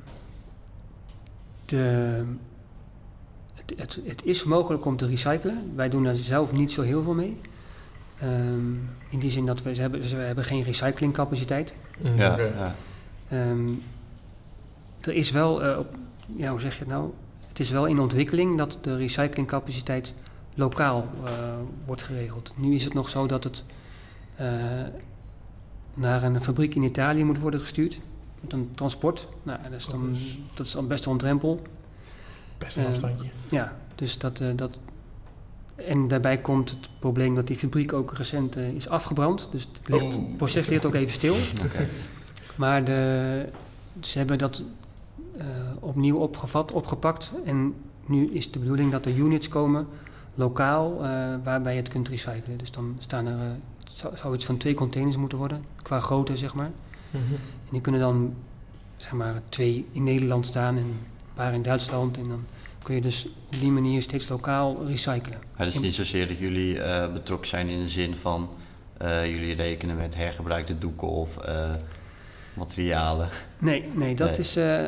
de, het, het, het is mogelijk om te recyclen. Wij doen daar zelf niet zo heel veel mee. Um, in die zin dat we, ze hebben, ze hebben geen recyclingcapaciteit. Mm, ja, okay. ja. Um, er is wel, uh, op, ja, hoe zeg je het nou? Het is wel in ontwikkeling dat de recyclingcapaciteit lokaal uh, wordt geregeld. Nu is het nog zo dat het uh, naar een fabriek in Italië moet worden gestuurd. Met een transport. Nou, dat is dan, dat is dan best wel een drempel. Best een afstandje. Uh, ja, dus dat, uh, dat... En daarbij komt het probleem dat die fabriek ook recent uh, is afgebrand. Dus het, ligt, oh. het proces ligt ook even stil. Okay. Maar de, ze hebben dat uh, opnieuw opgevat, opgepakt. En nu is de bedoeling dat er units komen, lokaal, uh, waarbij je het kunt recyclen. Dus dan staan er, uh, het zou, zou iets van twee containers moeten worden, qua grootte zeg maar. Mm-hmm. En die kunnen dan, zeg maar, twee in Nederland staan en een paar in Duitsland. En dan kun je dus op die manier steeds lokaal recyclen. Maar het is niet zozeer dat jullie uh, betrokken zijn in de zin van uh, jullie rekenen met hergebruikte doeken of uh, materialen. Nee, nee, dat nee. is... Uh,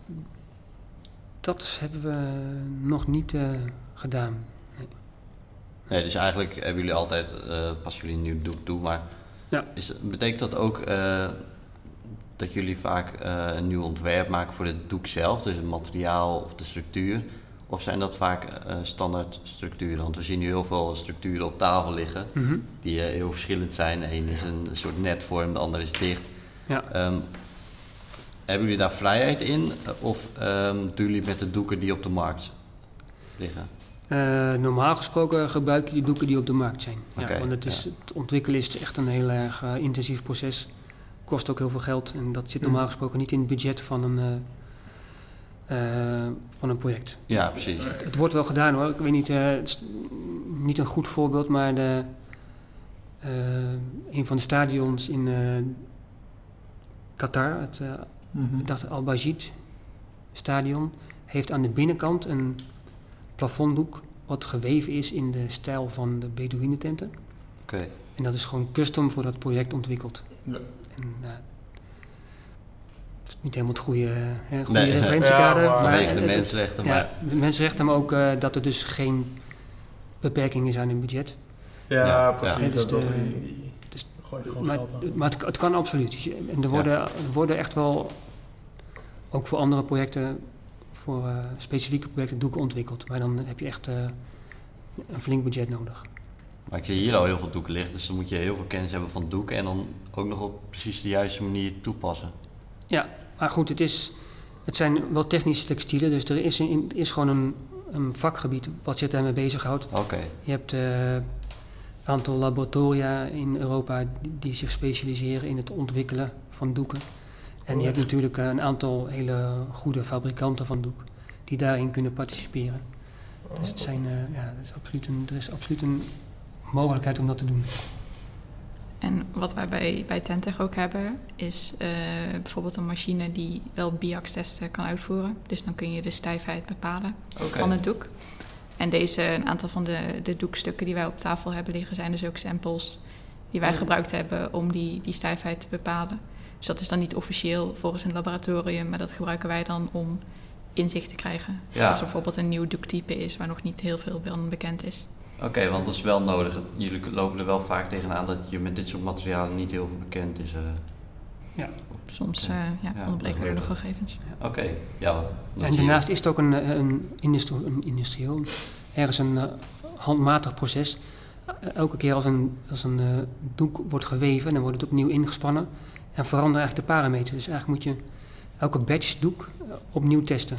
dat hebben we nog niet uh, gedaan. Nee. Nee, dus eigenlijk hebben jullie altijd, uh, passen jullie een nieuw doek toe, maar ja. is, betekent dat ook uh, dat jullie vaak uh, een nieuw ontwerp maken voor het doek zelf, dus het materiaal of de structuur? Of zijn dat vaak uh, standaard structuren? Want we zien nu heel veel structuren op tafel liggen, Mm-hmm. die uh, heel verschillend zijn. De een is een soort netvorm, de ander is dicht. Ja. Um, hebben jullie daar vrijheid in? Of um, doen jullie met de doeken die op de markt liggen? Uh, normaal gesproken gebruik je de doeken die op de markt zijn. Okay, ja, want het, is, ja. het ontwikkelen is echt een heel erg uh, intensief proces. Kost ook heel veel geld en dat zit normaal gesproken niet in het budget van een, uh, uh, van een project. Ja, precies. Het, het wordt wel gedaan hoor. Ik weet niet, uh, het is niet een goed voorbeeld, maar de, uh, een van de stadions in uh, Qatar, het uh, Mm-hmm. ik dacht Al-Bajid stadion, heeft aan de binnenkant een plafonddoek wat geweven is in de stijl van de Bedouinententen. Okay. En dat is gewoon custom voor dat project ontwikkeld. Ja. En, uh, het is niet helemaal het goede, uh, goede nee, referentiekader. Ja, maar, vanwege de uh, mensenrechten. Ja, Maar de mensenrechten, maar ook uh, dat er dus geen beperking is aan hun budget. Ja, Ja, precies. ja. Dus dat, de- die, die, dus- gooi je gewoon Maar, geld aan. maar het, het kan absoluut. Dus je- En er worden, er worden echt wel, ook voor andere projecten, voor uh, specifieke projecten, doeken ontwikkeld. Maar dan heb je echt uh, een flink budget nodig. Maar ik zie hier al heel veel doeken liggen, dus dan moet je heel veel kennis hebben van doeken en dan ook nog op precies de juiste manier toepassen. Ja, maar goed, het, is, het zijn wel technische textielen, dus er is, een, er is gewoon een, een vakgebied wat zich daarmee bezighoudt. Oké. Okay. Je hebt een uh, aantal laboratoria in Europa die, die zich specialiseren in het ontwikkelen van doeken. En je hebt natuurlijk uh, een aantal hele goede fabrikanten van doek die daarin kunnen participeren. Dus het zijn, uh, ja, er is absoluut een, er is absoluut een mogelijkheid om dat te doen. En wat wij bij, bij Tentech ook hebben, is uh, bijvoorbeeld een machine die wel B I A X-testen kan uitvoeren. Dus dan kun je de stijfheid bepalen Okay. van het doek. En deze, een aantal van de, de doekstukken die wij op tafel hebben liggen, zijn dus ook samples die wij Oh. gebruikt hebben om die, die stijfheid te bepalen. Dus dat is dan niet officieel volgens een laboratorium, maar dat gebruiken wij dan om inzicht te krijgen. Ja. Als er bijvoorbeeld een nieuw doektype is waar nog niet heel veel van bekend is. Oké, okay, want dat is wel nodig. Jullie lopen er wel vaak tegenaan dat je met dit soort materialen niet heel veel bekend is. Uh. Ja. Soms Okay. uh, ja, Ja, ontbreken er dat nog weet gegevens. Oké, okay. Ja. dat En zie je. daarnaast is het ook een, een, industrie, een industrieel, ergens een uh, handmatig proces. Uh, elke keer als een, als een uh, doek wordt geweven, dan wordt het opnieuw ingespannen en veranderen eigenlijk de parameters. Dus eigenlijk moet je elke batch doek uh, opnieuw testen.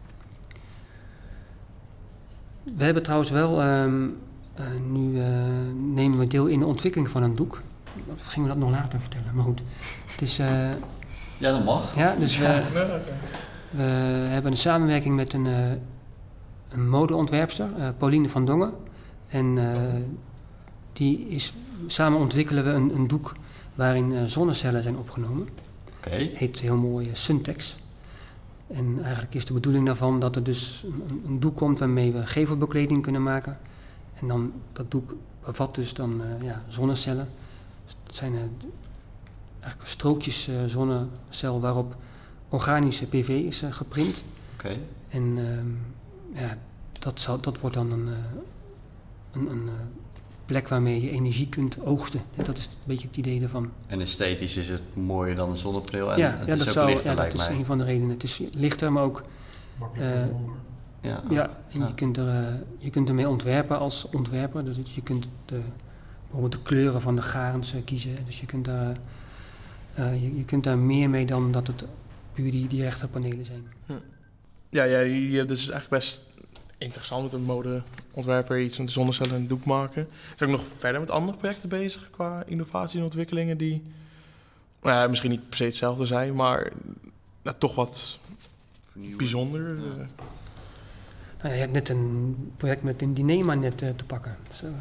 We hebben trouwens wel, um, uh, nu uh, nemen we deel in de ontwikkeling van een doek. Of gingen we dat nog later vertellen? Maar goed, het is... Uh, Ja, dat mag. ja, dus we, Ja, okay. we hebben een samenwerking met een, uh, een modeontwerpster, uh, Pauline van Dongen. En uh, die is, samen ontwikkelen we een, een doek waarin uh, zonnecellen zijn opgenomen. Oké. Okay. Heet heel mooi uh, Suntex. En eigenlijk is de bedoeling daarvan dat er dus een, een doek komt waarmee we gevelbekleding kunnen maken. En dan dat doek bevat dus dan uh, ja, zonnecellen. Dus dat zijn uh, eigenlijk strookjes uh, zonnecel waarop organische P V is uh, geprint. Okay. En uh, ja, dat, zal, dat wordt dan een, uh, een, een uh, plek waarmee je energie kunt oogsten. Ja, dat is een beetje het idee ervan. En esthetisch is het mooier dan een zonnebril en ja, het ja, is dat, ook zou, lichter, ja, dat lijkt is mij. een van de redenen. Het is lichter, maar ook... Makkelijker Uh, onder. Ja, Ja, en ja. Je, kunt er, uh, je kunt ermee ontwerpen als ontwerper. Dus je kunt de, bijvoorbeeld de kleuren van de garens uh, kiezen. Dus je kunt, daar, uh, je, je kunt daar meer mee dan dat het puur die, die rechte panelen zijn. Ja, ja, je hebt dus eigenlijk best interessant met een modeontwerper iets met de zonnecellen en een doek maken. Zijn ook nog verder met andere projecten bezig qua innovatie en ontwikkelingen die nou ja, misschien niet per se hetzelfde zijn, maar nou, toch wat Vernieuwen. bijzonder. Ja. Uh, Nou, ja, je hebt net een project met een Dynema net uh, te pakken. Dus, uh,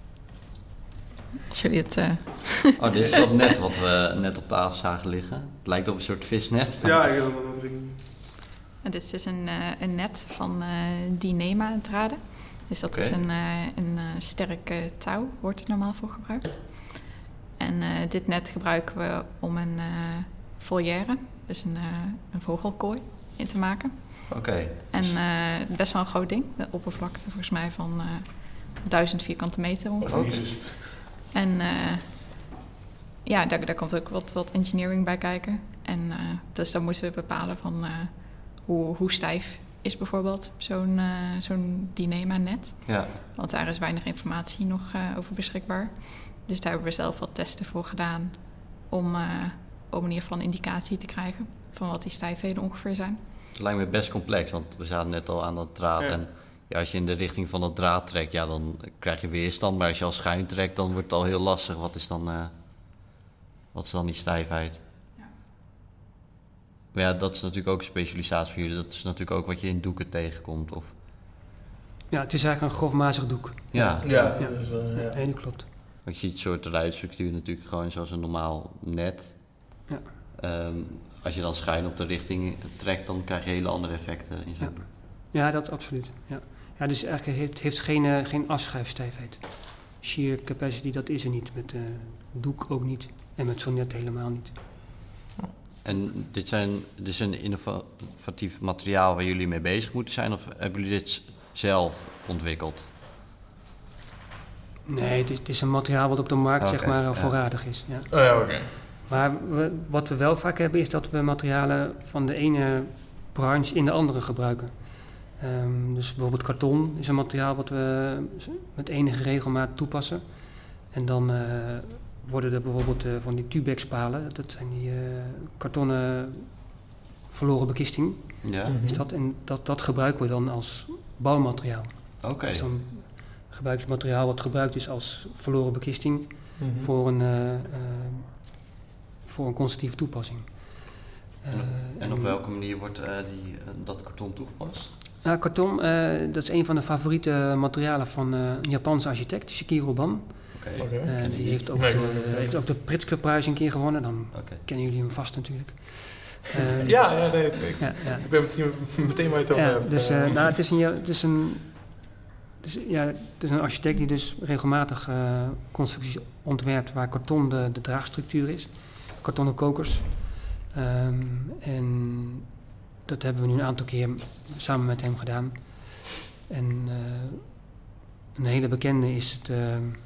Als jullie het... Uh... Oh, dit is dat net wat we net op tafel zagen liggen. Het lijkt op een soort visnet. ja, ik heb dat ding. En dit is dus een, uh, een net van uh, Dynema draden. Dus dat Okay. is een, uh, een uh, sterk uh, touw, wordt er normaal voor gebruikt. En uh, dit net gebruiken we om een uh, volière, dus een, uh, een vogelkooi, in te maken. Oké. Okay. En uh, best wel een groot ding. De oppervlakte volgens mij van uh, duizend vierkante meter ongeveer. Oh, Jezus. En uh, ja, daar, daar komt ook wat, wat engineering bij kijken. En uh, dus dan moeten we bepalen van uh, hoe, hoe stijf is bijvoorbeeld zo'n, uh, zo'n Dynema-net. Ja. Want daar is weinig informatie nog uh, over beschikbaar. Dus daar hebben we zelf wat testen voor gedaan om uh, op een manier van indicatie te krijgen van wat die stijfheden ongeveer zijn. Het lijkt me best complex, want we zaten net al aan dat draad. Ja. En ja, als je in de richting van dat draad trekt, ja, dan krijg je weerstand. Maar als je al schuin trekt, dan wordt het al heel lastig. Wat is dan, uh, wat is dan die stijfheid? Ja. Maar ja, dat is natuurlijk ook een specialisatie voor jullie. Dat is natuurlijk ook wat je in doeken tegenkomt. Of... ja, het is eigenlijk een grofmazig doek. Ja, Ja, Ja. dus, uh, ja. Nee, dat klopt. want je ziet het soort ruitstructuur natuurlijk gewoon zoals een normaal net. Ja. Um, als je dan schuin op de richting trekt, dan krijg je hele andere effecten in zo'n Ja. Ja, dat absoluut. Ja. Ja, dus eigenlijk heeft het heeft geen, uh, geen afschuifstijfheid. Shear capacity, dat is er niet. Met uh, doek ook niet. En met zo'n net helemaal niet. En dit, zijn, dit is een innovatief materiaal waar jullie mee bezig moeten zijn, of hebben jullie dit zelf ontwikkeld? Nee, het is, het is een materiaal wat op de markt Okay, zeg maar, uh, ja. voorradig is. Ja. Oh ja, oké. Okay. Maar we, wat we wel vaak hebben is dat we materialen van de ene branche in de andere gebruiken. Um, dus bijvoorbeeld karton is een materiaal wat we met enige regelmaat toepassen. En dan uh, worden er bijvoorbeeld uh, van die Tubex-palen, dat zijn die uh, kartonnen verloren bekisting. Ja, Is dat, en dat, dat gebruiken we dan als bouwmateriaal. oké. Okay. Dus dan gebruik je het materiaal wat gebruikt is als verloren bekisting Mm-hmm. voor een... Uh, uh, voor een constructieve toepassing. Uh, En, en op welke manier wordt uh, die, uh, dat karton toegepast? Nou, karton, uh, dat is een van de favoriete materialen van uh, een Japanse architect, Shigeru Ban. Oké. Oké. Uh, die heeft ook, Nee, de, ik weet het. heeft ook de Pritzker-prijs een keer gewonnen. Dan Okay. kennen jullie hem vast natuurlijk. Uh, Ja, ja, nee, ik, ja, ja. ik ben meteen, meteen waar je het over Ja, hebt. dus Uh, uh, nou, het is een, het is een, het is, ja, het is een architect die dus regelmatig uh, constructies ontwerpt waar karton de, de draagstructuur is. Kartonnen kokers. Um, en dat hebben we nu een aantal keer samen met hem gedaan. En uh, een hele bekende is het, uh,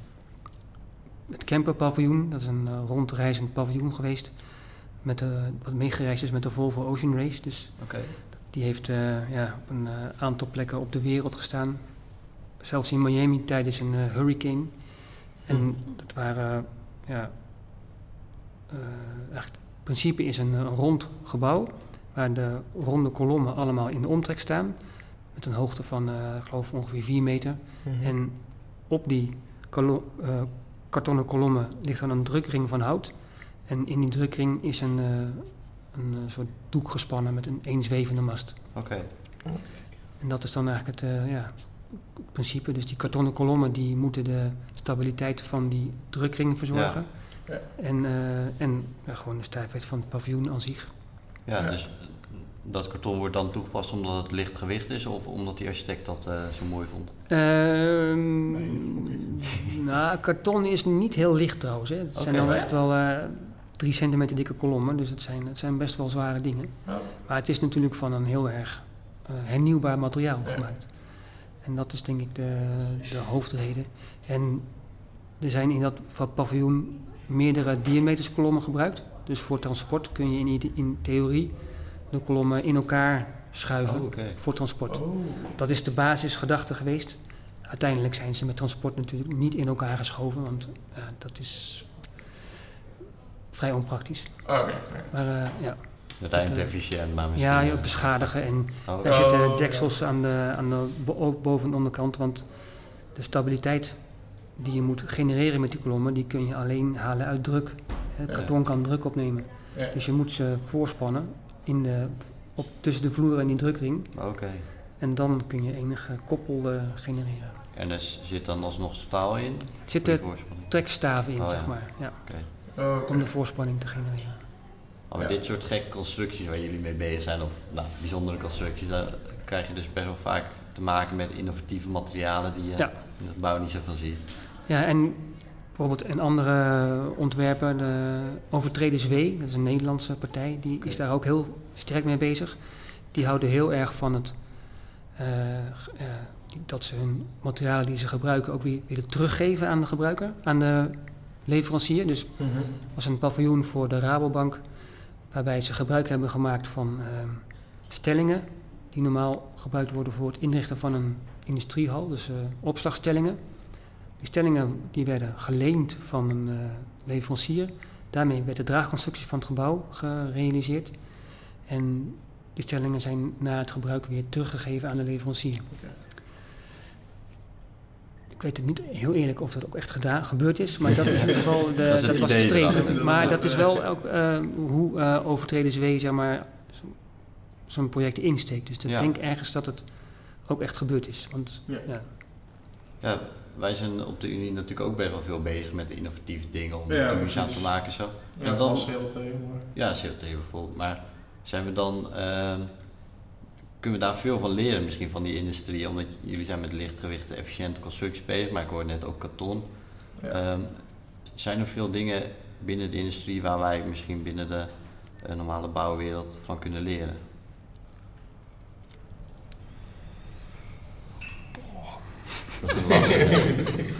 het camperpaviljoen. Dat is een uh, rondreizend paviljoen geweest. Met, uh, wat meegereisd is met de Volvo Ocean Race. Dus Okay. die heeft uh, ja, op een uh, aantal plekken op de wereld gestaan. Zelfs in Miami tijdens een uh, hurricane. En Hm. dat waren... ja, Uh, echt, het principe is een, een rond gebouw waar de ronde kolommen allemaal in de omtrek staan. Met een hoogte van, uh, ik geloof, ongeveer vier meter. mm-hmm. En op die kolo- uh, kartonnen kolommen ligt dan een drukring van hout. En in die drukring is een, uh, een uh, soort doek gespannen met een eenzwevende mast. Oké. Okay. En dat is dan eigenlijk het, uh, ja, het principe. Dus die kartonnen kolommen die moeten de stabiliteit van die drukring verzorgen. Ja. Ja. En, uh, en ja, gewoon de stijfheid van het paviljoen aan zich. Ja, Ja. dus dat karton wordt dan toegepast omdat het licht gewicht is of omdat die architect dat uh, zo mooi vond? Ehm Nee, oké. nou, karton is niet heel licht trouwens. Hè. Het zijn Oké. dan echt wel uh, drie centimeter dikke kolommen, dus het zijn, het zijn best wel zware dingen. Ja. Maar het is natuurlijk van een heel erg uh, hernieuwbaar materiaal Ja. gemaakt. En dat is denk ik de, de hoofdreden. En er zijn in dat paviljoen meerdere diameterskolommen gebruikt. Dus voor transport kun je in, in theorie de kolommen in elkaar schuiven Oh, oké. voor transport. Oh. Dat is de basisgedachte geweest. Uiteindelijk zijn ze met transport natuurlijk niet in elkaar geschoven, want uh, dat is vrij onpraktisch. Ah, oké. Maar uh, ja, Ruimte-efficiënt, maar misschien... ja, je uh, beschadigen en oh, er Oh, zitten ja. deksels aan de, aan de bo- boven- en onderkant, want de stabiliteit die je moet genereren met die kolommen, die kun je alleen halen uit druk. Het Ja. karton kan druk opnemen. Ja. Dus je moet ze voorspannen in de, op, tussen de vloer en die drukring. Oké. En dan kun je enige koppel uh, genereren. En er zit dan alsnog staal in? Er zitten Die voorspanning? trekstaven in, Oh, zeg ja. maar. Ja, Oké. Oh, oké. om de voorspanning te genereren. Maar met Ja. dit soort gekke constructies waar jullie mee bezig zijn, of nou, bijzondere constructies, daar krijg je dus best wel vaak te maken met innovatieve materialen die je Ja. in het gebouw niet zo van ziet. Ja, en bijvoorbeeld een andere ontwerper, de Overtreders W, dat is een Nederlandse partij, die Oké. is daar ook heel sterk mee bezig. Die houden heel erg van het, uh, g- uh, dat ze hun materialen die ze gebruiken ook weer willen teruggeven aan de gebruiker, aan de leverancier. Dus Mhm. was een paviljoen voor de Rabobank, waarbij ze gebruik hebben gemaakt van uh, stellingen die normaal gebruikt worden voor het inrichten van een industriehal, dus uh, opslagstellingen. Die stellingen die werden geleend van een uh, leverancier. Daarmee werd de draagconstructie van het gebouw gerealiseerd. En die stellingen zijn na het gebruik weer teruggegeven aan de leverancier. Oké. Ik weet het niet heel eerlijk of dat ook echt gedaan, gebeurd is, maar dat is in ieder geval de, Dat is het dat was de idee streven. erachter. Maar dat is wel ook uh, hoe uh, Overtreders W zeg maar, zo- zo'n project insteekt. Dus ik Ja. denk ergens dat het ook echt gebeurd is. Want, Ja. ja. Ja, wij zijn op de Unie natuurlijk ook best wel veel bezig met innovatieve dingen om Ja, het duurzaam precies. te maken. Zo. Ja, En dan, als C L T, maar... ja, C L T bijvoorbeeld. Maar zijn we dan, ehm, kunnen we daar veel van leren misschien van die industrie? Omdat jullie zijn met lichtgewichten, efficiënte constructies bezig, maar ik hoorde net ook karton. Ja. Ehm, zijn er veel dingen binnen de industrie waar wij misschien binnen de uh, normale bouwwereld van kunnen leren? Dat is lastig.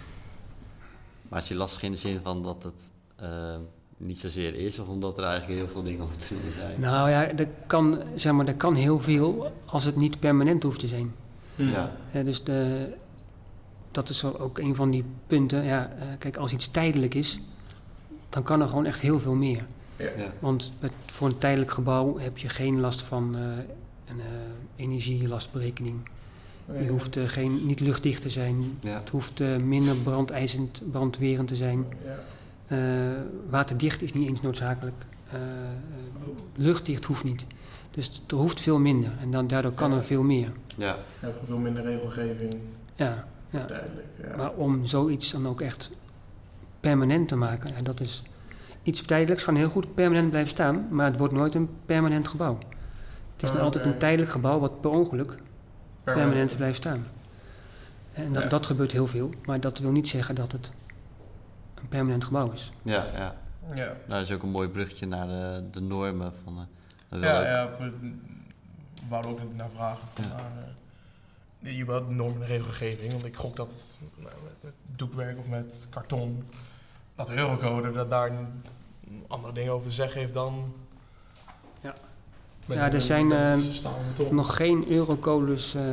Maar is je lastig in de zin van dat het uh, niet zozeer is, of omdat er eigenlijk heel veel dingen op te doen zijn? Nou ja, er kan, zeg maar, er kan heel veel als het niet permanent hoeft te zijn. Ja, Eh, dus de, dat is ook een van die punten. Ja, eh, kijk, als iets tijdelijk is, dan kan er gewoon echt heel veel meer. Ja. ja, Want met, voor een tijdelijk gebouw heb je geen last van uh, een uh, energielastberekening. Je hoeft uh, geen, niet luchtdicht te zijn. ja. Het hoeft uh, minder brandeisend, brandwerend te zijn. Ja. Uh, waterdicht is niet eens noodzakelijk. Uh, uh, luchtdicht hoeft niet. Dus er hoeft veel minder. En dan, daardoor kan er veel meer. ja. Je hebt veel minder regelgeving, Ja, ja. duidelijk. Ja. Maar om zoiets dan ook echt permanent te maken, ja, dat is iets tijdelijks, kan heel goed permanent blijven staan, maar het wordt nooit een permanent gebouw. Het is dan Oh, altijd oké. een tijdelijk gebouw wat per ongeluk permanent blijft staan. En dat, Ja. dat gebeurt heel veel, maar dat wil niet zeggen dat het een permanent gebouw is. Ja, ja. Ja. Nou, dat is ook een mooi bruggetje naar de, de normen van... Uh, we Ja, willen- ja, we wouden ook naar vragen. Van, Ja. uh, je hebt normen en regelgeving, want ik gok dat nou, met, met doekwerk of met karton, dat de eurocode dat daar een andere dingen over te zeggen heeft dan... Ja. met- Ja, er met- zijn, met uh, staal en beton. Nog geen Eurocodes uh,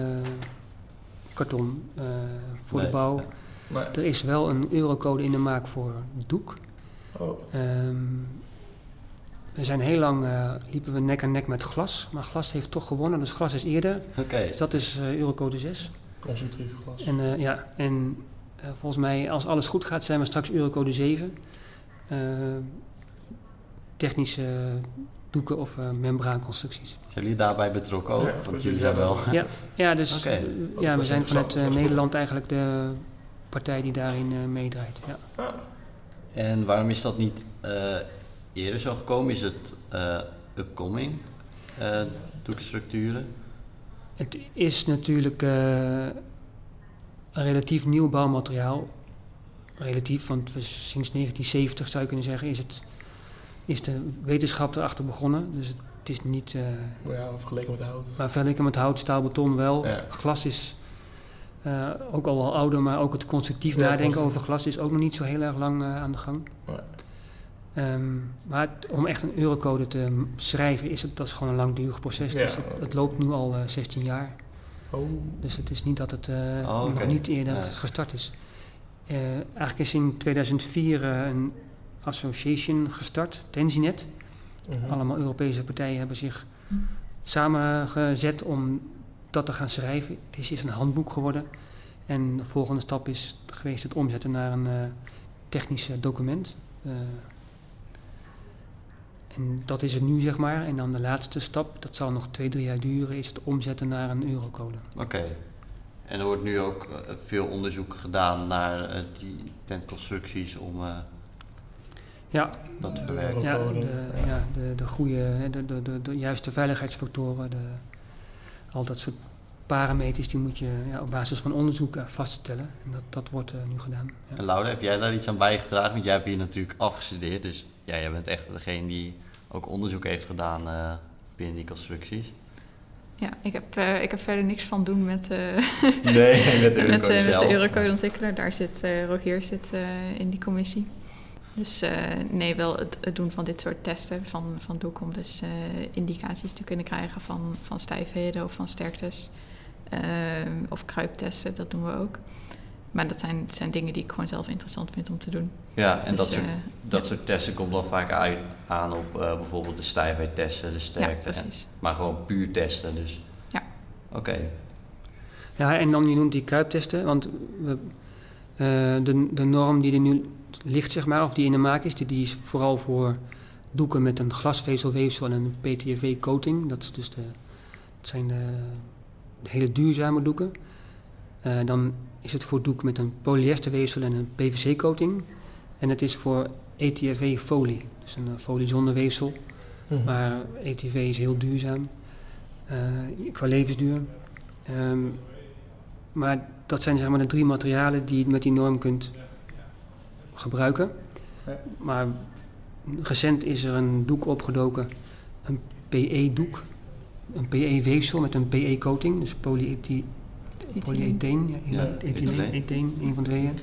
karton uh, voor Nee. de bouw. Nee. Er is wel een eurocode in de maak voor doek. Oh, Um, we zijn heel lang, uh, liepen we nek aan nek met glas, maar glas heeft toch gewonnen, dus glas is eerder. Oké, Dus dat is uh, Eurocode zes. constructief glas. En, uh, ja, en uh, volgens mij, als alles goed gaat, zijn we straks Eurocode zeven. Uh, technische doeken of uh, membraanconstructies. zijn jullie daarbij betrokken ook? Ja, Want precies, jullie zijn ja. wel... Ja, ja, dus Oké. uh, ja, we zijn vanuit uh, Nederland eigenlijk de partij die daarin uh, meedraait. Ja. Ah, En waarom is dat niet uh, eerder zo gekomen? Is het uh, upcoming? uh, doekstructuren? Het is natuurlijk uh, een relatief nieuw bouwmateriaal. Relatief, want we, sinds negentien zeventig zou je kunnen zeggen, is, het, is de wetenschap erachter begonnen. Dus het, het is niet... Uh, ja, vergeleken met hout. Maar vergeleken met hout, staal, beton wel. Ja. Glas is uh, ook al wel ouder, maar ook het constructief ja, nadenken over glas is ook nog niet zo heel erg lang uh, aan de gang. Ja. Um, maar het, om echt een eurocode te schrijven, is het, dat is gewoon een langdurig proces. Ja. Dus het, het loopt nu al uh, zestien jaar. Oh. Dus het is niet dat het uh, oh, okay. nog niet eerder ja. gestart is. Uh, eigenlijk is in tweeduizend vier uh, een association gestart, Tensinet. Uh-huh. Allemaal Europese partijen hebben zich samengezet om dat te gaan schrijven. Het is, is een handboek geworden. En de volgende stap is geweest het omzetten naar een uh, technisch uh, document. Uh, en dat is het nu, zeg maar. En dan de laatste stap, dat zal nog twee, drie jaar duren, is het omzetten naar een eurocode. Oké. Okay. En er wordt nu ook uh, veel onderzoek gedaan naar uh, die tentconstructies om uh, ja. dat te bewerken. Ja, de, ja, de, de goede, de, de, de, de juiste veiligheidsfactoren, de, al dat soort parameters, die moet je ja, op basis van onderzoek uh, vaststellen. En dat, dat wordt uh, nu gedaan. Ja. En Laura, heb jij daar iets aan bijgedragen? Want jij hebt hier natuurlijk afgestudeerd, dus ja, jij bent echt degene die ook onderzoek heeft gedaan uh, binnen die constructies. Ja, ik heb, uh, ik heb verder niks van doen met, uh, nee, met de met, uh, met de Eurocode ontwikkelaar. Daar zit uh, Rogier zit, uh, in die commissie. Dus uh, nee, wel het, het doen van dit soort testen van, van Doek om dus uh, indicaties te kunnen krijgen van, van stijfheden of van sterktes. Uh, of kruiptesten, dat doen we ook. Maar dat zijn, zijn dingen die ik gewoon zelf interessant vind om te doen. Ja, en dus, dat, soort, uh, dat ja. soort testen komt dan vaak uit, aan op uh, bijvoorbeeld de stijfheid testen, de sterkte. Ja, precies. En, maar gewoon puur testen, dus. Ja. Oké. Okay. Ja, en dan je noemt die kruiptesten, want we, uh, de, de norm die er nu ligt, zeg maar, of die in de maak is, die, die is vooral voor doeken met een glasvezelweefsel en een P T F E-coating. Dat is dus de, dat zijn de, de hele duurzame doeken. Uh, dan is het voor doek met een polyesterweefsel en een P V C-coating. En het is voor E T F E-folie, dus een uh, folie zonder weefsel. Mm-hmm. Maar E T F E is heel duurzaam, uh, qua levensduur. Um, maar dat zijn, zeg maar, de drie materialen die je met die norm kunt gebruiken. Ja. Maar recent is er een doek opgedoken, een P E-doek, een P E-weefsel met een P E-coating, dus polyethylene. Polyetheen, ja, ja, ethylene, etheen, een van tweeën.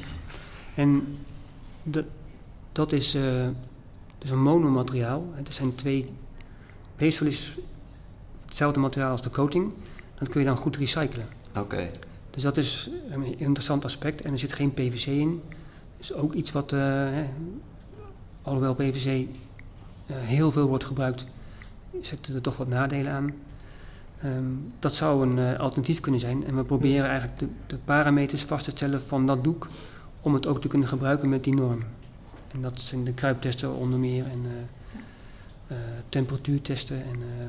En dat, dat is uh, dus een monomateriaal. Er zijn twee. Weefsel is hetzelfde materiaal als de coating. Dat kun je dan goed recyclen. Oké. Okay. Dus dat is een interessant aspect. En er zit geen P V C in. Dat is ook iets wat, uh, hè, alhoewel P V C uh, heel veel wordt gebruikt, zitten er toch wat nadelen aan. Um, dat zou een uh, alternatief kunnen zijn. En we proberen eigenlijk de, de parameters vast te stellen van dat doek, om het ook te kunnen gebruiken met die norm. En dat zijn de kruiptesten onder meer en uh, uh, temperatuurtesten en uh,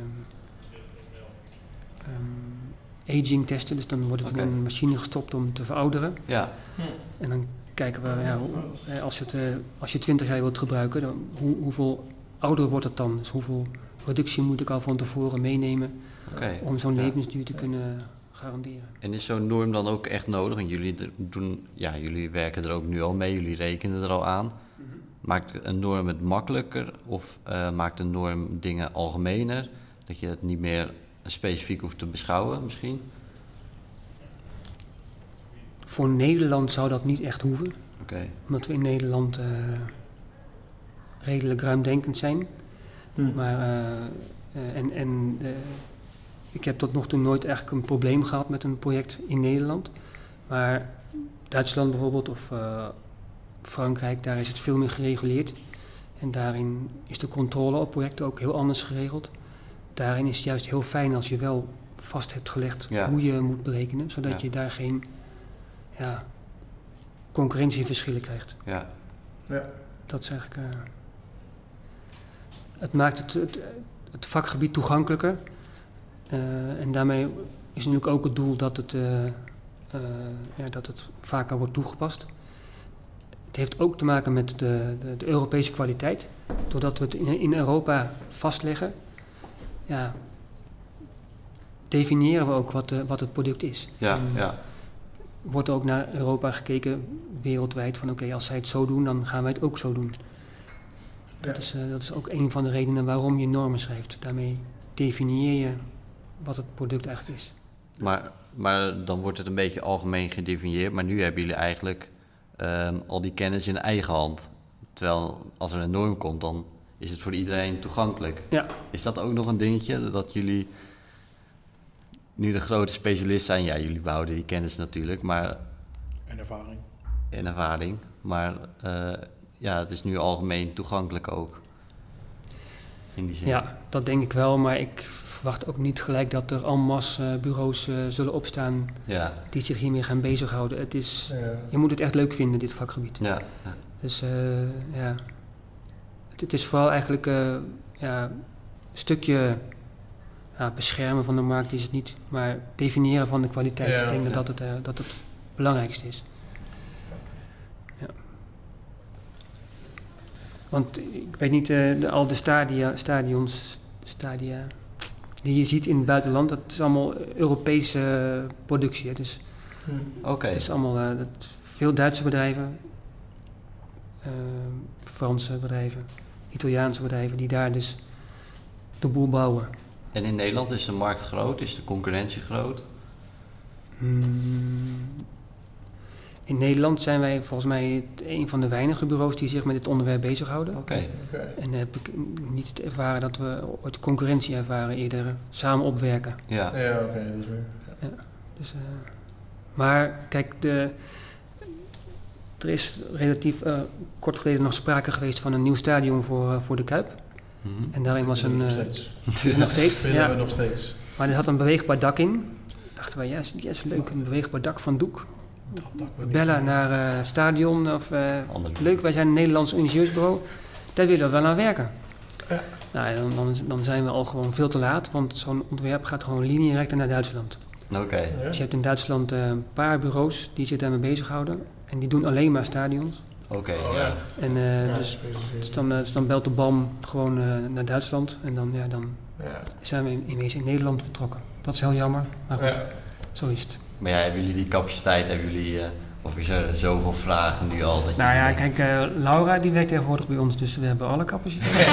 um, aging testen. Dus dan wordt het okay. in een machine gestopt om te verouderen. Ja. En dan kijken we, ja, hoe, als, het, uh, als je twintig jaar wilt gebruiken, dan, hoe, hoeveel ouder wordt het dan? Dus hoeveel reductie moet ik al van tevoren meenemen? Okay. Om zo'n levensduur te kunnen garanderen. En is zo'n norm dan ook echt nodig? En jullie, doen, ja, jullie werken er ook nu al mee, jullie rekenen er al aan. Mm-hmm. Maakt een norm het makkelijker of uh, maakt een norm dingen algemener? Dat je het niet meer specifiek hoeft te beschouwen misschien? Voor Nederland zou dat niet echt hoeven. Okay. Omdat we in Nederland uh, redelijk ruimdenkend zijn. Mm. Maar, uh, uh, en... en uh, ik heb tot nog toe nooit eigenlijk een probleem gehad met een project in Nederland. Maar Duitsland bijvoorbeeld of uh, Frankrijk, daar is het veel meer gereguleerd. En daarin is de controle op projecten ook heel anders geregeld. Daarin is het juist heel fijn als je wel vast hebt gelegd ja. hoe je moet berekenen. Zodat ja. je daar geen ja, concurrentieverschillen krijgt. Ja. Ja. Dat is eigenlijk... Uh, het maakt het, het, het vakgebied toegankelijker. Uh, en daarmee is natuurlijk ook het doel dat het, uh, uh, ja, dat het vaker wordt toegepast. Het heeft ook te maken met de, de, de Europese kwaliteit. Doordat we het in, in Europa vastleggen, ja, definiëren we ook wat, uh, wat het product is. Ja, En ja. wordt er ook naar Europa gekeken, wereldwijd, van oké, okay, als zij het zo doen, dan gaan wij het ook zo doen. Ja. Dat, is, uh, dat is ook een van de redenen waarom je normen schrijft. Daarmee definieer je wat het product eigenlijk is. Maar, maar dan wordt het een beetje algemeen gedefinieerd, maar nu hebben jullie eigenlijk um, al die kennis in eigen hand. Terwijl als er een norm komt, dan is het voor iedereen toegankelijk. Ja. Is dat ook nog een dingetje, dat jullie nu de grote specialist zijn? Ja, jullie behouden die kennis natuurlijk, maar... En ervaring. En ervaring, maar uh, ja, het is nu algemeen toegankelijk ook. In die zin. Ja, dat denk ik wel, maar ik verwacht ook niet gelijk dat er en masse uh, bureaus uh, zullen opstaan ja. die zich hiermee gaan bezighouden. Het is, Ja. Je moet het echt leuk vinden, dit vakgebied. Ja. Ja. Dus uh, ja, het, het is vooral eigenlijk uh, ja, een stukje ja, beschermen van de markt is het niet, maar definiëren van de kwaliteit. Ja, ik denk ja. dat dat het, uh, dat het belangrijkste is. Ja. Want ik weet niet, uh, de, al de stadia, stadions, stadia die je ziet in het buitenland, dat is allemaal Europese uh, productie. Hè. Dus Hm. Oké. Okay. het is allemaal uh, dat, veel Duitse bedrijven, uh, Franse bedrijven, Italiaanse bedrijven die daar dus de boel bouwen. En in Nederland is de markt groot? Is de concurrentie groot? Hmm. In Nederland zijn wij volgens mij een van de weinige bureaus die zich met dit onderwerp bezighouden. Oké. Okay. Okay. En heb ik niet het ervaren dat we ooit concurrentie ervaren, eerder samen opwerken. Ja. Ja, oké, okay, dat is weer. Ja. Ja, dus, uh, maar kijk, de, er is relatief uh, kort geleden nog sprake geweest van een nieuw stadion voor, uh, voor de Kuip. Mm-hmm. En daarin was een... Nog Uh, steeds. is nog steeds, Willen ja. we nog steeds. Maar er had een beweegbaar dak in. Dachten wij, ja, is, ja, is leuk, een beweegbaar dak van Doek. We bellen naar het uh, stadion of uh, leuk, wij zijn een Nederlands ingenieursbureau. Daar willen we wel aan werken. Ja. Nou, dan, dan, dan zijn we al gewoon veel te laat, want zo'n ontwerp gaat gewoon linierecht naar Duitsland. Oké. Okay. Ja. Dus je hebt in Duitsland uh, een paar bureaus die zich daarmee bezighouden. En die doen alleen maar stadions. Oké, okay, oh, ja. En uh, ja, dus, dus, dan, uh, dus dan belt de B A M gewoon uh, naar Duitsland. En dan, ja, dan ja. zijn we in, in wezen in Nederland vertrokken. Dat is heel jammer, maar goed, Ja. zo is het. Maar ja, hebben jullie die capaciteit, hebben jullie, uh, of is er zoveel vragen nu al? Dat Nou je ja, kijk, uh, Laura die werkt tegenwoordig bij ons, dus we hebben alle capaciteit.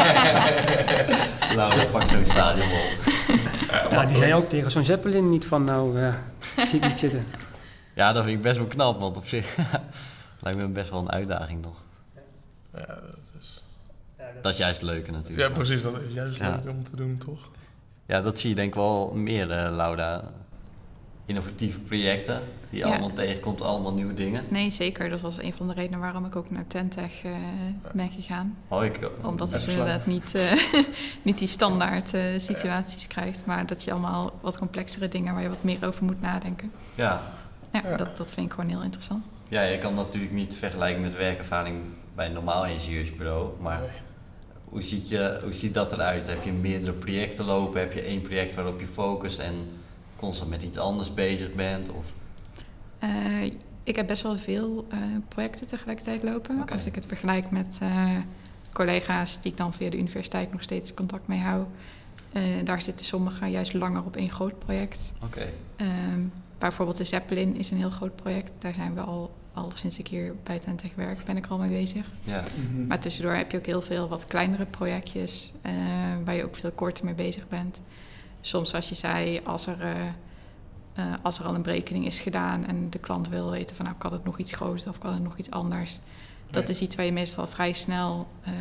Laura pakt zo'n stadion op. Ja, die zei ook tegen zo'n Zeppelin niet van, nou, ja, zie ik niet zitten. Ja, dat vind ik best wel knap, want op zich lijkt me best wel een uitdaging nog. Ja, dat is... Dat is juist het leuke natuurlijk. Ja, precies, dat is juist ja. leuk om te doen, toch? Ja, dat zie je denk ik wel meer, uh, Laura. Innovatieve projecten die je ja. allemaal tegenkomt, allemaal nieuwe dingen. Nee, zeker. Dat was een van de redenen waarom ik ook naar Tentech uh, ben gegaan. Oh, ik, Omdat je inderdaad niet, uh, niet die standaard uh, situaties krijgt, maar dat je allemaal wat complexere dingen waar je wat meer over moet nadenken. Ja. Ja, ja. Dat, dat vind ik gewoon heel interessant. Ja, je kan natuurlijk niet vergelijken met werkervaring bij een normaal ingenieursbureau, maar Nee. hoe, ziet je, hoe ziet dat eruit? Heb je meerdere projecten lopen? Heb je één project waarop je focust en constant met iets anders bezig bent? Of? Uh, ik heb best wel veel uh, projecten tegelijkertijd lopen. Okay. Als ik het vergelijk met uh, collega's die ik dan via de universiteit nog steeds contact mee hou. Uh, daar zitten sommigen juist langer op één groot project. Okay. Um, bijvoorbeeld de Zeppelin is een heel groot project. Daar zijn we al, al sinds ik hier bij Tentech werk, ben ik er al mee bezig. Ja. Mm-hmm. Maar tussendoor heb je ook heel veel wat kleinere projectjes, uh, waar je ook veel korter mee bezig bent. Soms, zoals je zei, als er, uh, uh, als er al een berekening is gedaan en de klant wil weten van nou, kan het nog iets groter of kan het nog iets anders. Dat Nee. is iets waar je meestal vrij snel, uh,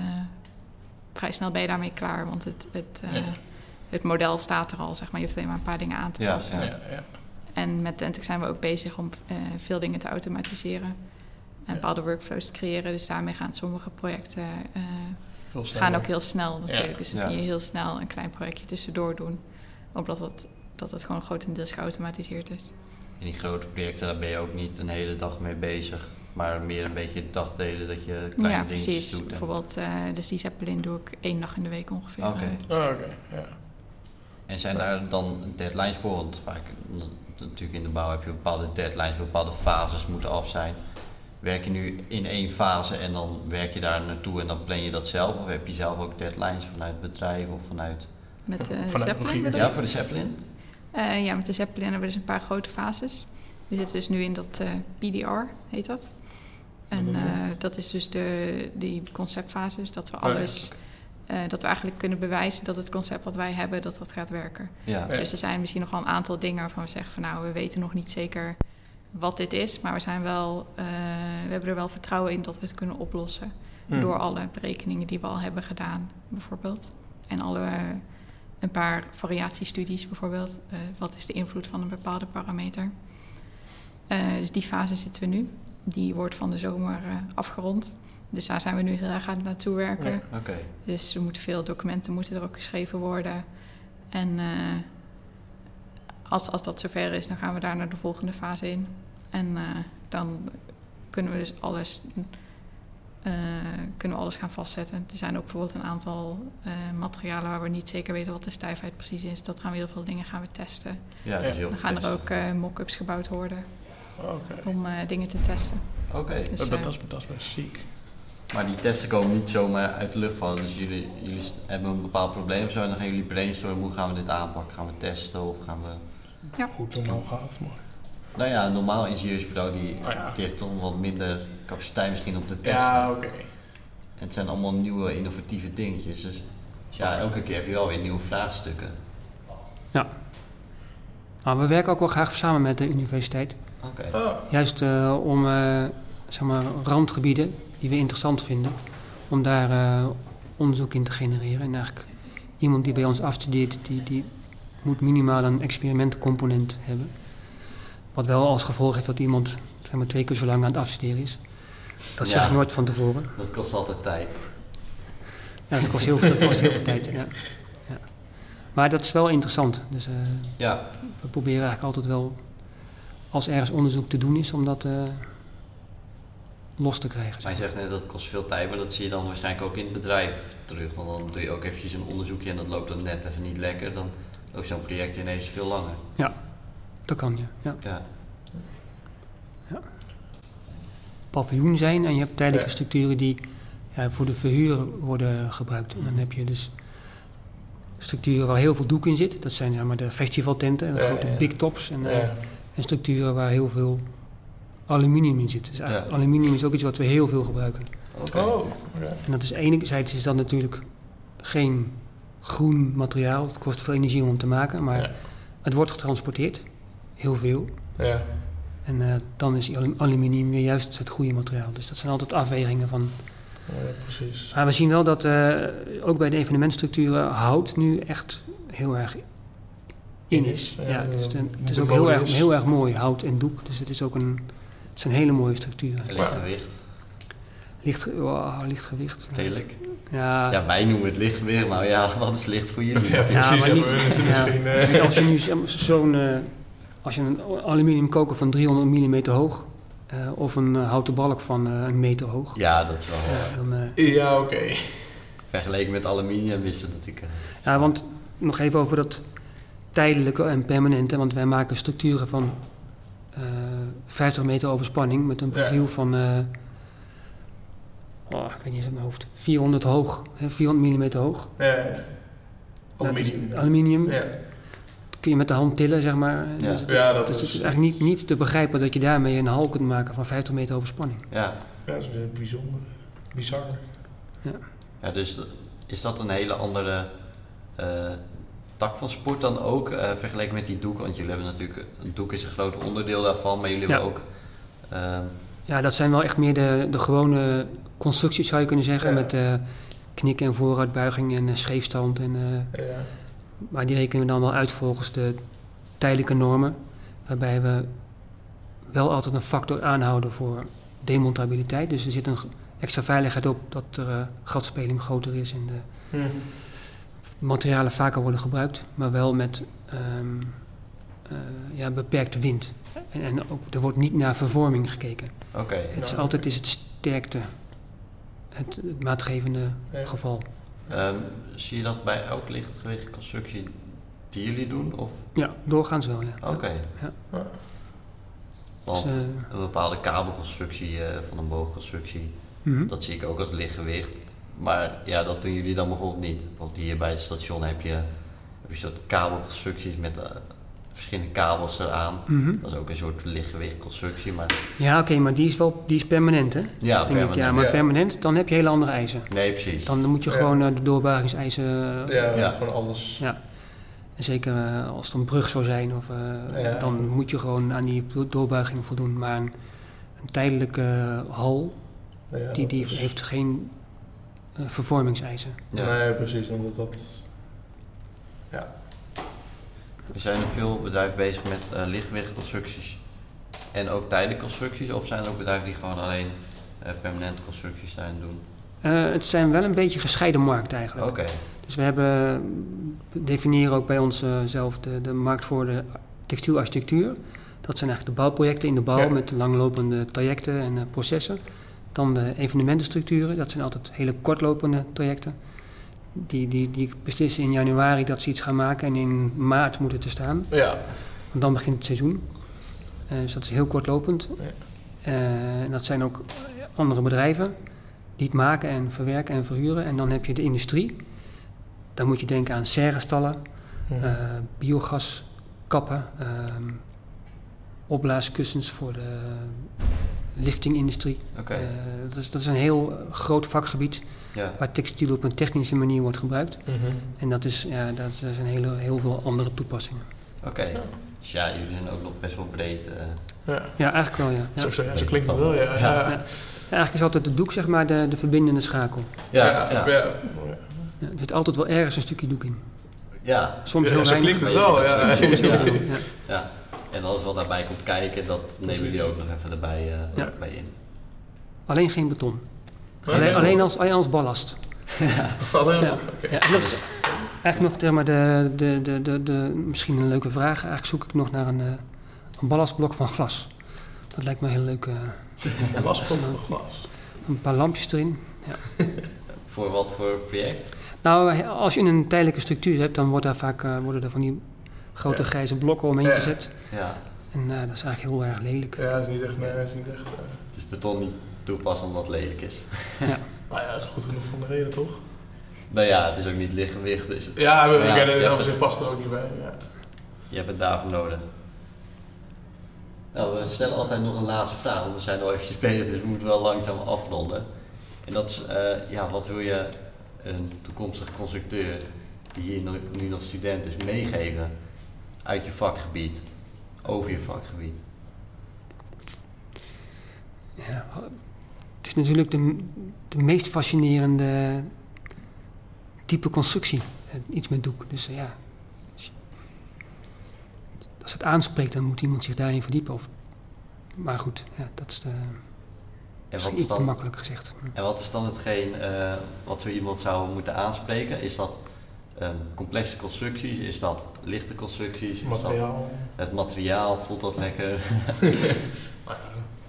vrij snel ben je daarmee klaar, want het, het, uh, Ja. het model staat er al, zeg maar. Je hoeft alleen maar een paar dingen aan te Ja, passen. Ja, ja. En met Tentech zijn we ook bezig om uh, veel dingen te automatiseren en Ja. bepaalde workflows te creëren. Dus daarmee gaan sommige projecten uh, Veel sneller. gaan ook heel snel natuurlijk. Ja. Dus dan Ja. kun je heel snel een klein projectje tussendoor doen. Omdat het, dat het gewoon grotendeels geautomatiseerd is. In die grote projecten, daar ben je ook niet een hele dag mee bezig, maar meer een beetje dagdelen dat je kleine Ja, dingetjes precies. doet. En... Bijvoorbeeld, uh, dus die Zeppelin doe ik één dag in de week ongeveer. Oké. Uh, Oh, oké, okay. Ja. En zijn daar dan deadlines voor? Want vaak, natuurlijk in de bouw heb je bepaalde deadlines, bepaalde fases moeten af zijn. Werk je nu in één fase en dan werk je daar naartoe en dan plan je dat zelf? Of heb je zelf ook deadlines vanuit het bedrijf of vanuit... met uh, Vanuit Zeppelin Rogier. bedoel Ja, je? voor de Zeppelin? Uh, ja, met de Zeppelin hebben we dus een paar grote fases. We zitten dus nu in dat uh, P D R, heet dat. En uh, dat is dus de, die conceptfase, dus dat we alles... Uh, dat we eigenlijk kunnen bewijzen dat het concept wat wij hebben, dat dat gaat werken. Ja. Dus er zijn misschien nog wel een aantal dingen waarvan we zeggen van nou, we weten nog niet zeker wat dit is, maar we zijn wel, uh, we hebben er wel vertrouwen in dat we het kunnen oplossen. Hmm. Door alle berekeningen die we al hebben gedaan, bijvoorbeeld. En alle, uh, een paar variatiestudies bijvoorbeeld. Uh, wat is de invloed van een bepaalde parameter? Uh, dus die fase zitten we nu. Die wordt van de zomer uh, afgerond. Dus daar zijn we nu heel erg aan naartoe werken. Ja, okay. Dus er moeten veel documenten moeten er ook geschreven worden. En uh, als, als dat zover is, dan gaan we daar naar de volgende fase in. En uh, dan kunnen we dus alles, uh, kunnen we alles gaan vastzetten. Er zijn ook bijvoorbeeld een aantal uh, materialen waar we niet zeker weten wat de stijfheid precies is. Dat gaan we heel veel dingen gaan we testen. Ja, dus dan gaan testen. er ook uh, mock-ups gebouwd worden okay. om uh, dingen te testen. Oké. Okay. Dus, dat, uh, dat, dat is best ziek. Maar die testen komen niet zomaar uit de lucht vallen. Dus jullie, jullie hebben een bepaald probleem of zo en dan gaan jullie brainstormen. Hoe gaan we dit aanpakken? Gaan we testen of gaan we... Ja. Hoe het normaal gaat, maar... Nou ja, een normaal ingenieursbureau die, oh ja. die heeft toch wat minder capaciteit misschien om te testen. Ja, oké. Okay. En het zijn allemaal nieuwe innovatieve dingetjes. Dus ja, elke keer heb je wel weer nieuwe vraagstukken. Ja. Nou, we werken ook wel graag samen met de universiteit. Oké. Okay. Oh. Juist uh, om uh, zeg maar randgebieden die we interessant vinden, om daar uh, onderzoek in te genereren. En eigenlijk iemand die bij ons afstudeert, die, die moet minimaal een experimentcomponent hebben. Wat wel als gevolg heeft dat iemand zeg maar, twee keer zo lang aan het afstuderen is. Dat ja, zeg ik nooit van tevoren. Dat kost altijd tijd. Ja, dat kost heel veel, dat kost heel veel tijd. Ja. Ja. Maar dat is wel interessant. Dus uh, ja. we proberen eigenlijk altijd wel, als ergens onderzoek te doen is, om dat uh, los te krijgen. Maar je zegt net dat het kost veel tijd, maar dat zie je dan waarschijnlijk ook in het bedrijf terug. Want dan doe je ook eventjes een onderzoekje en dat loopt dan net even niet lekker. Dan loopt zo'n project ineens veel langer. Ja, dat kan ja. ja. ja. ja. Paviljoen zijn en je hebt tijdelijke ja. structuren die ja, voor de verhuur worden gebruikt. En dan heb je dus structuren waar heel veel doek in zit. Dat zijn zeg maar, de festivaltenten, de ja, grote ja. big tops. En, ja. uh, en structuren waar heel veel aluminium in zit. Dus ja. aluminium is ook iets wat we heel veel gebruiken. Okay. Oh, okay. En dat is enerzijds is dat natuurlijk geen groen materiaal. Het kost veel energie om te maken, maar ja. het wordt getransporteerd. Heel veel. Ja. En uh, dan is aluminium weer juist het goede materiaal. Dus dat zijn altijd afwegingen van... Ja, precies. Maar we zien wel dat uh, ook bij de evenementstructuren hout nu echt heel erg in is. Ja, ja, dus de, het is ook heel erg, heel erg mooi, hout en doek. Dus het is ook een, het zijn hele mooie structuren. En lichtgewicht? Licht, oh, lichtgewicht. Redelijk? Ja. ja, wij noemen het lichtgewicht. Nou ja, wat is licht voor jullie? Ja, precies. Ja, maar niet, ja, ja, uh, als je nu zo'n... Uh, als je een aluminium koker van driehonderd millimeter hoog... Uh, of een uh, houten balk van uh, een meter hoog. Ja, dat is wel... Uh, dan, uh, ja, oké. Okay. Vergeleken met aluminium wisten dat ik... Uh, ja, want nog even over dat tijdelijke en permanente. Want wij maken structuren van uh, vijftig meter overspanning... met een profiel ja. van... Uh, oh, ik weet niet eens uit mijn hoofd. vierhonderd hoog. Hè, vierhonderd millimeter hoog. Ja, ja. Aluminium. Nou, aluminium. Ja. Kun je met de hand tillen, zeg maar. Ja, dus het, ja dat dus is... het is eigenlijk niet, niet te begrijpen dat je daarmee een hal kunt maken van vijftig meter overspanning. Ja. Ja, dat is bijzonder. Bizar. Ja. Ja, dus is dat een hele andere uh, tak van sport dan ook, uh, vergeleken met die doek? Want jullie hebben natuurlijk, een doek is een groot onderdeel daarvan, maar jullie ja. hebben ook... Uh, ja, dat zijn wel echt meer de, de gewone constructies, zou je kunnen zeggen, ja. met uh, knikken en vooruitbuiging en uh, scheefstand en... Uh, ja. Maar die rekenen we dan wel uit volgens de tijdelijke normen. Waarbij we wel altijd een factor aanhouden voor demontabiliteit. Dus er zit een extra veiligheid op dat er uh, gatspeling groter is. En de mm-hmm. materialen vaker worden gebruikt. Maar wel met um, uh, ja, beperkte wind. En, en ook, er wordt niet naar vervorming gekeken. Okay. Het is altijd is het sterkte het, het maatgevende ja. geval. Um, zie je dat bij elk lichtgewichtconstructie die jullie doen? Of? Ja, doorgaans wel, ja. Oké. Okay. Ja. Want dus, uh, een bepaalde kabelconstructie uh, van een boogconstructie, mm-hmm. dat zie ik ook als lichtgewicht. Maar ja, dat doen jullie dan bijvoorbeeld niet. Want hier bij het station heb je, heb je soort kabelconstructies met uh, verschillende kabels eraan. Mm-hmm. Dat is ook een soort lichtgewichtconstructie, maar... Ja, oké, maar die is wel die is permanent, hè? Ja, Denk permanent. Ik, ja, maar Ja. permanent, dan heb je hele andere eisen. Nee, precies. Dan moet je Ja. gewoon uh, de doorbuigingseisen... Uh, Ja, Ja. gewoon alles. Ja. En zeker uh, als het een brug zou zijn, of, uh, Ja. dan moet je gewoon aan die doorbuiging voldoen. Maar een, een tijdelijke uh, hal, Ja, die, die dat is- heeft geen uh, vervormingseisen. Ja. Nee, precies, omdat dat... Ja. Er zijn er veel bedrijven bezig met uh, lichtgewichtconstructies en ook tijdelijke constructies? Of zijn er ook bedrijven die gewoon alleen uh, permanente constructies daarin doen? Uh, het zijn wel een beetje gescheiden markten eigenlijk. Oké. Dus we hebben, we definiëren ook bij ons uh, zelf de, de markt voor de textielarchitectuur. Dat zijn eigenlijk de bouwprojecten in de bouw Ja. met langlopende trajecten en uh, processen. Dan de evenementenstructuren, dat zijn altijd hele kortlopende trajecten. Die, die, die beslissen in januari dat ze iets gaan maken en in maart moet het er staan. Ja. Want dan begint het seizoen. Uh, dus dat is heel kortlopend. Ja. Uh, en dat zijn ook andere bedrijven die het maken en verwerken en verhuren. En dan heb je de industrie. Dan moet je denken aan serrestallen, Hm. uh, biogaskappen, uh, opblaaskussens voor de liftingindustrie. Oké. Uh, dat, is, dat is een heel uh, groot vakgebied Ja. waar textiel op een technische manier wordt gebruikt. Mhm. En dat, is, ja, dat zijn hele, heel veel andere toepassingen. Oké. Ja. Dus ja, jullie zijn ook nog best wel breed. uh, Ja. Ja, eigenlijk wel, ja. ja. Zo, zo, ja, zo klinkt het wel, ja. Ja, Ja. ja. Ja. Ja, eigenlijk is altijd de doek, zeg maar, de, de verbindende schakel. Ja, ja. ja. ja. Ja, er zit altijd wel ergens een stukje doek in. Ja. Soms Ja, heel zo weinig. klinkt het wel, ja. Soms heel Ja. veel, ja. Ja. En alles wat daarbij komt kijken, dat nemen jullie ook nog even erbij uh, Ja. bij in. Alleen geen beton. Ja, Alleen, ja. alleen, als, alleen als ballast. Alleen Ja. nog, oké. Ja, en dat is eigenlijk nog zeg maar, de, de, de, de, de, misschien een leuke vraag. Eigenlijk zoek ik nog naar een, uh, een ballastblok van glas. Dat lijkt me heel leuk. Uh, Een waskom van glas. een paar lampjes erin. Ja. Voor wat voor project? Nou, als je een tijdelijke structuur hebt, dan wordt daar vaak, uh, worden er van die grote Ja. grijze blokken omheen Ja. gezet. Ja. En uh, dat is eigenlijk heel erg lelijk. Ja, dat is niet echt, nee, dat is niet echt... Uh... Het is beton niet toepassen omdat het lelijk is. Ja. Nou ja, dat is goed genoeg van de reden, toch? Nou ja, het is ook niet lichtgewicht, dus Ja, we, Ja, ja, je dat hebt op zich het- past er ook niet bij, ja. je hebt het daarvoor nodig. Nou, we stellen altijd nog een laatste vraag, want we zijn al eventjes bezig, dus we moeten wel langzaam afronden. En dat is, uh, ja, wat wil je een toekomstige constructeur die hier nog, nu nog student is meegeven uit je vakgebied, over je vakgebied? Ja, het is natuurlijk de, de meest fascinerende type constructie. eh, Iets met doek. Dus eh, ja, als het aanspreekt, dan moet iemand zich daarin verdiepen. Of, maar goed, ja, dat is, de, En is wat is iets te dan, makkelijk gezegd. en wat is dan hetgeen uh, wat zo iemand zou moeten aanspreken? Is dat um, complexe constructies? Is dat lichte constructies? Is dat Materiaal. het materiaal? Voelt dat lekker? Nou ja,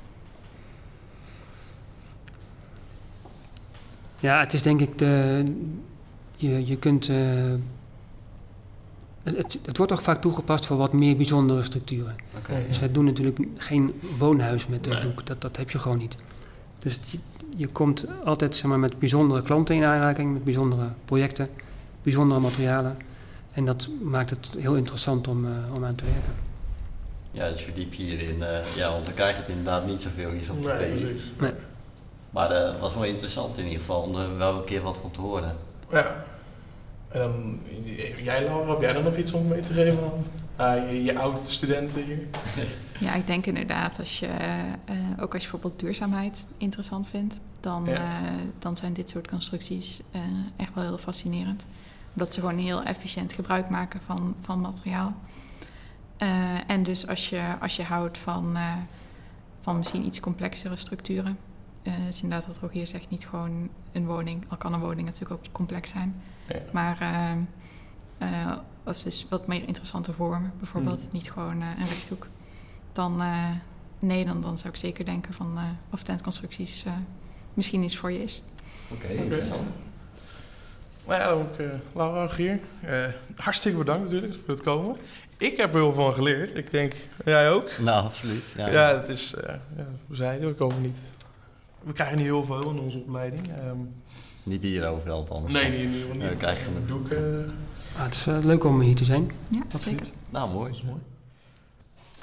Ja, het is denk ik de. Je, je kunt. Uh, het, het, het wordt ook vaak toegepast voor wat meer bijzondere structuren. Oké. Ja. Dus wij doen natuurlijk geen woonhuis met uh, Nee. doek. Dat, dat heb je gewoon niet. Dus het- je komt altijd zeg maar, met bijzondere klanten in aanraking, met bijzondere projecten, bijzondere materialen. En dat maakt het heel interessant om, uh, om aan te werken. Ja, dus verdiep je hierin. Uh, ja, want dan krijg je het inderdaad niet zoveel hier op de nee, thee. precies. Nee. Maar uh, het was wel interessant in ieder geval om er wel een keer wat van te horen. Ja. En dan, jij Laura, heb jij dan nog iets om mee te geven aan uh, je, je oude studenten hier? Ja, ik denk inderdaad, als je, uh, ook als je bijvoorbeeld duurzaamheid interessant vindt, dan, Ja. uh, dan zijn dit soort constructies uh, echt wel heel fascinerend. Omdat ze gewoon heel efficiënt gebruik maken van, van materiaal. Uh, en dus als je, als je houdt van, uh, van misschien iets complexere structuren, uh, is inderdaad wat Rogier zegt, niet gewoon een woning, al kan een woning natuurlijk ook complex zijn. Ja. Maar uh, uh, of het is wat meer interessante vormen, bijvoorbeeld. Hmm. Niet gewoon uh, een rechthoek. Dan, uh, nee, dan, dan zou ik zeker denken van uh, of tentconstructies uh, misschien iets voor je is. Oké, okay, interessant. Nou ja, dan ook uh, Laura, Gier. Uh, hartstikke bedankt natuurlijk voor het komen. Ik heb er heel veel van geleerd. Ik denk, jij ook? Nou, absoluut. Ja, Ja, het is, uh, ja, we zeiden, we komen niet... We krijgen niet heel veel in onze opleiding. Um, Niet hier overal althans. nee, niet, niet, niet. Ja, we krijgen genoeg. Doe ik, uh, Ah, het is uh, leuk om hier te zijn. Ja, Absoluut. zeker. Nou, mooi. dat is mooi.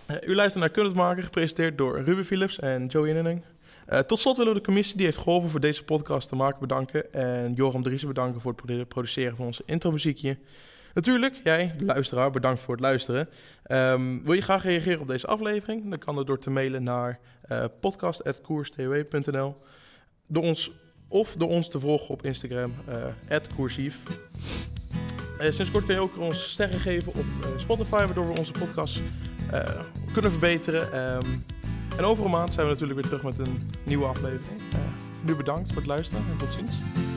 Uh, u luistert naar Kun het maken, gepresenteerd door Ruben Philips en Joey Inning. Uh, tot slot willen we de commissie die heeft geholpen voor deze podcast te maken bedanken. En Joram Driessen bedanken voor het produceren van onze intromuziekje. Natuurlijk, jij, de luisteraar, bedankt voor het luisteren. Um, wil je graag reageren op deze aflevering? Dan kan dat door te mailen naar uh, podcast at koers t w punt n l. Door ons, of door ons te volgen op Instagram, uh, at koersief. Uh, sinds kort kun je ook ons sterren geven op uh, Spotify, waardoor we onze podcast uh, kunnen verbeteren. Um, en over een maand zijn we natuurlijk weer terug met een nieuwe aflevering. Uh, voor nu bedankt voor het luisteren en tot ziens.